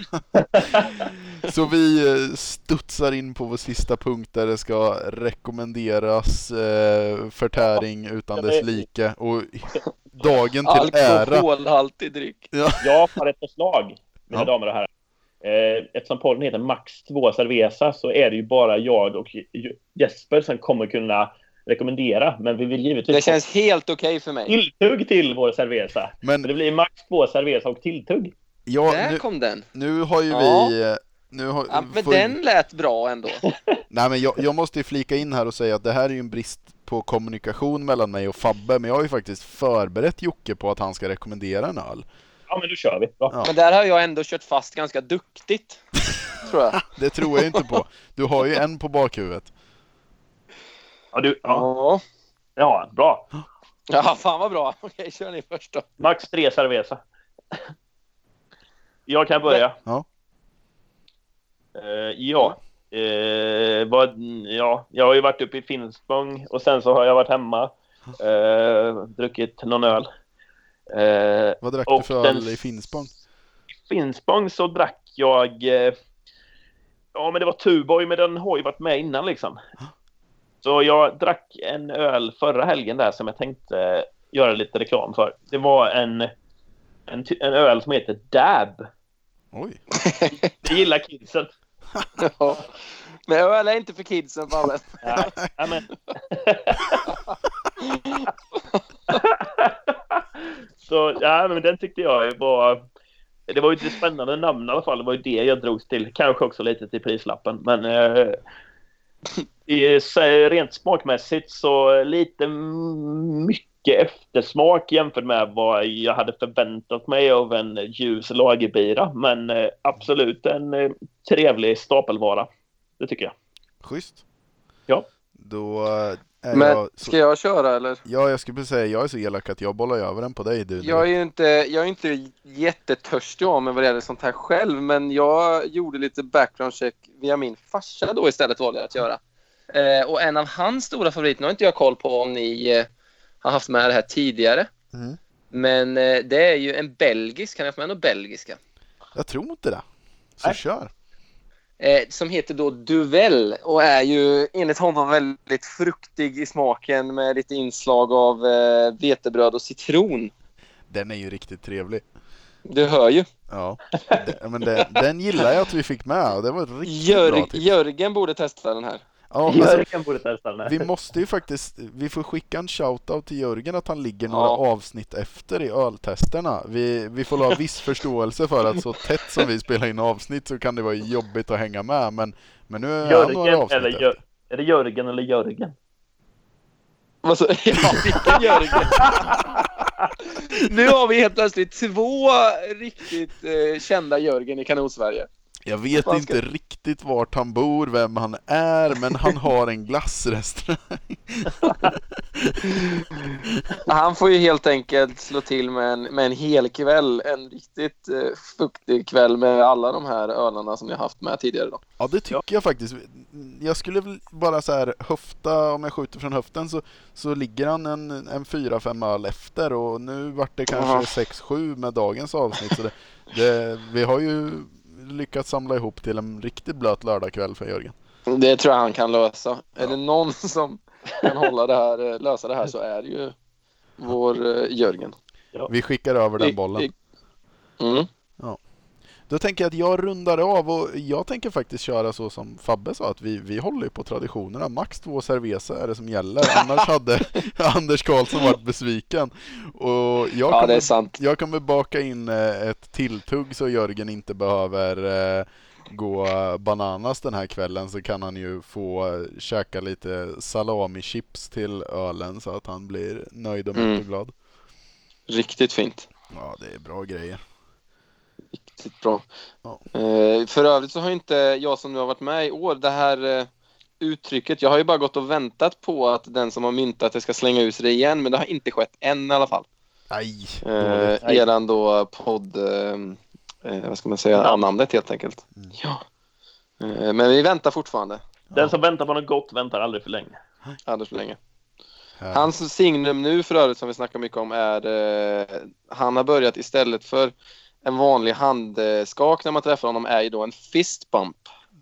S3: Så vi studsar in på vår sista punkt där det ska rekommenderas eh, förtäring utan dess like. Och dagen till ära...
S4: Alkoholhaltig dryck.
S3: Ja.
S2: Jag har ett förslag, mina
S3: Ja.
S2: damer och herrar. Eh, eftersom podden heter Max två Cerveza så är det ju bara jag och Jesper som kommer kunna rekommendera. Men vi vill givetvis...
S4: Det känns helt okej okay för mig.
S2: Tilltugg till vår Cerveza.
S3: Men
S2: det blir Max två Cerveza och tilltugg.
S3: Ja,
S4: Där
S3: nu,
S4: kom den.
S3: Nu har ju
S4: ja.
S3: vi... Nu har,
S4: ja, men
S3: får...
S4: den lät bra ändå.
S3: Nej, men jag, jag måste ju flika in här och säga att det här är ju en brist på kommunikation mellan mig och Fabbe. Men jag har ju faktiskt förberett Jocke på att han ska rekommendera en öl.
S2: Ja, men då kör vi. Bra.
S3: Ja.
S4: Men där har jag ändå kört fast ganska duktigt, tror jag.
S3: Det tror jag inte på. Du har ju en på bakhuvudet.
S2: Ja, du, ja.
S4: Ja.
S2: ja, bra.
S4: Ja, fan vad bra. Okej, kör ni först då.
S2: Max tre Cerveza. Jag kan börja.
S3: Ja.
S2: Uh, ja. Uh, vad, ja. Jag har ju varit uppe i Finspång och sen så har jag varit hemma. Uh, druckit någon öl. Uh,
S3: vad drack du för öl i Finspång?
S2: I Finspång så drack jag... Uh, ja, men det var Tuborg, men den har ju varit med innan liksom. Så jag drack en öl förra helgen där som jag tänkte uh, göra lite reklam för. Det var en, en, en öl som heter Dab.
S3: Oj.
S2: Det gillar kidsen.
S4: Ja. Men öl är inte för kidsen, Palle.
S2: Ja, ja, men. Så ja, men den tyckte jag var... Det var ju ett spännande namn i alla fall. Det var ju det jag drogs till. Kanske också lite till prislappen. Men eh, i, så, rent smakmässigt så lite mycket eftersmak jämfört med vad jag hade förväntat mig av en ljus lagerbira. Men eh, absolut en eh, trevlig stapelvara. Det tycker jag.
S3: Schysst.
S2: Ja.
S3: Då är
S4: Men
S3: jag så...
S4: ska jag köra eller?
S3: Ja, jag skulle säga jag är så elak att jag bollar över den på dig, du.
S4: Jag är ju inte, jag är inte jättetörstig om vad det gäller sånt här själv, men jag gjorde lite background check via min farsa då istället valde jag att göra. Eh, och en av hans stora favoriter, nu har inte jag koll på om ni eh, har haft med det här tidigare.
S3: Mm.
S4: Men eh, det är ju en belgisk, kan jag få med något belgiska?
S3: Jag tror inte det. Så
S2: Nej.
S3: kör.
S4: Eh, som heter då Duvel och är ju enligt honom väldigt fruktig i smaken med lite inslag av eh, vetebröd och citron.
S3: Den är ju riktigt trevlig.
S4: Du hör ju.
S3: Ja, det, men det, den gillar jag att vi fick med. Det var ett riktigt
S4: Jör-
S3: bra tips.
S4: Jörgen borde testa den här.
S3: Ja, alltså,
S2: Jörgen borde testa den här.
S3: vi måste ju faktiskt, vi får skicka en shoutout till Jörgen att han ligger några
S4: Ja.
S3: avsnitt efter i öltesterna. Vi, vi får ha viss förståelse för att så tätt som vi spelar in avsnitt så kan det vara jobbigt att hänga med. Men, men nu är han några
S2: Jörgen
S3: avsnitt
S2: eller
S3: efter.
S2: Jör- Är det Jörgen eller Jörgen?
S4: Vad så? Ja, vilken Jörgen? Nu har vi helt plötsligt två riktigt eh, kända Jörgen i Kanonsverige.
S3: Jag vet
S4: Man
S3: inte
S4: ska-
S3: riktigt vart han bor, vem han är, men han har en glassrestaurang.
S4: Han får ju helt enkelt slå till med en, med en hel kväll. En riktigt eh, fuktig kväll med alla de här ölarna som jag haft med tidigare då.
S3: Ja, det tycker jag faktiskt. Jag skulle väl bara så här höfta, om jag skjuter från höften så, så ligger han en, en fyra fem öl efter och nu vart det kanske
S4: Aha.
S3: sex sju med dagens avsnitt. Så det, det, vi har ju lyckats samla ihop till en riktigt blöt lördagkväll för Jörgen.
S4: Det tror jag han kan lösa.
S3: Ja.
S4: Är det någon som kan hålla det här, lösa det här så är det ju vår eh, Jörgen.
S3: Vi skickar över den bollen.
S4: Mm.
S3: Då tänker jag att jag rundar av och jag tänker faktiskt köra så som Fabbe sa att vi, vi håller ju på traditionerna. Max två Cerveza är det som gäller. Annars hade Anders Karlsson varit besviken. Och jag
S4: Ja,
S3: kommer,
S4: det är sant.
S3: jag kommer baka in eh, ett tilltugg så Jörgen inte behöver eh, gå bananas den här kvällen så kan han ju få käka lite salami-chips till ölen så att han blir nöjd och mm. glad.
S4: Riktigt fint.
S3: Ja, det är bra grejer.
S4: Riktigt bra.
S3: Ja.
S4: Eh, för övrigt så har inte jag som nu har varit med i år det här eh, uttrycket. Jag har ju bara gått och väntat på att den som har myntat det ska slänga ut det igen, men det har inte skett än i alla fall.
S3: Nej.
S4: Eh, eran då podd eh, eh, vad ska man säga, ja. namnet helt enkelt. Mm. Ja. Eh, men vi väntar fortfarande.
S2: Den som väntar på något gott väntar aldrig för länge.
S4: Aldrig för länge. Här. Hans signum nu för övrigt som vi snackar mycket om är eh, han har börjat istället för en vanlig handskak när man träffar honom är ju då en fist bump.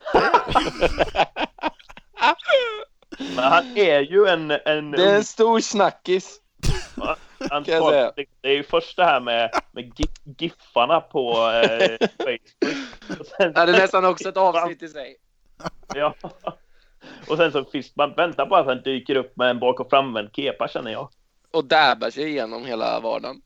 S2: Men han är ju en... en
S4: det är en stor snackis.
S2: Ja, han tar, det, det är ju först det här med, med giffarna på eh, Facebook.
S4: Sen, är det nästan också ett avsnitt i sig.
S2: Ja. Och sen så fist man väntar på att han dyker upp med en bak- och framvänd kepa, känner jag.
S4: Och dabbar sig igenom hela vardagen.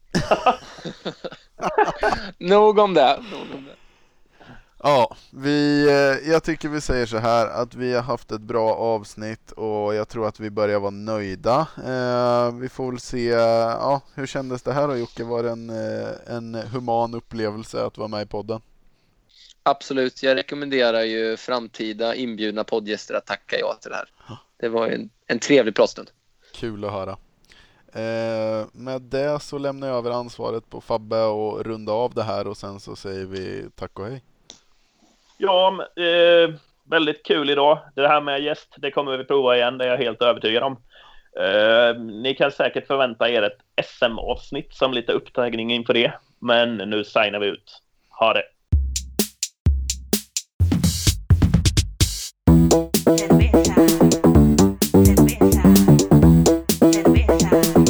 S4: Nog om det. Nog om det.
S3: Ja, vi, jag tycker vi säger så här att vi har haft ett bra avsnitt och jag tror att vi börjar vara nöjda. Eh, vi får väl se, ja, hur kändes det här då, Jocke? Var det en, en human upplevelse att vara med i podden?
S4: Absolut, jag rekommenderar ju framtida inbjudna poddgäster att tacka ja till det här. Det var en, en trevlig pratstund.
S3: Kul att höra. Eh, med det så lämnar jag över ansvaret på Fabbe och runda av det här och sen så säger vi tack och hej.
S2: Ja, eh, väldigt kul idag. Det här med gäst, det kommer vi prova igen, det är jag helt övertygad om. Eh, ni kan säkert förvänta er ett S M-avsnitt som lite upptagning inför det. Men nu signar vi ut. Ha det!
S1: Cerveza, cerveza, cerveza,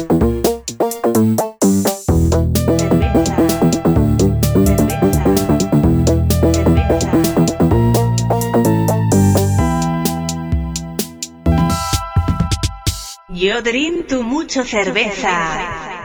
S1: cerveza, cerveza, cerveza. Yo drink mucho cerveza.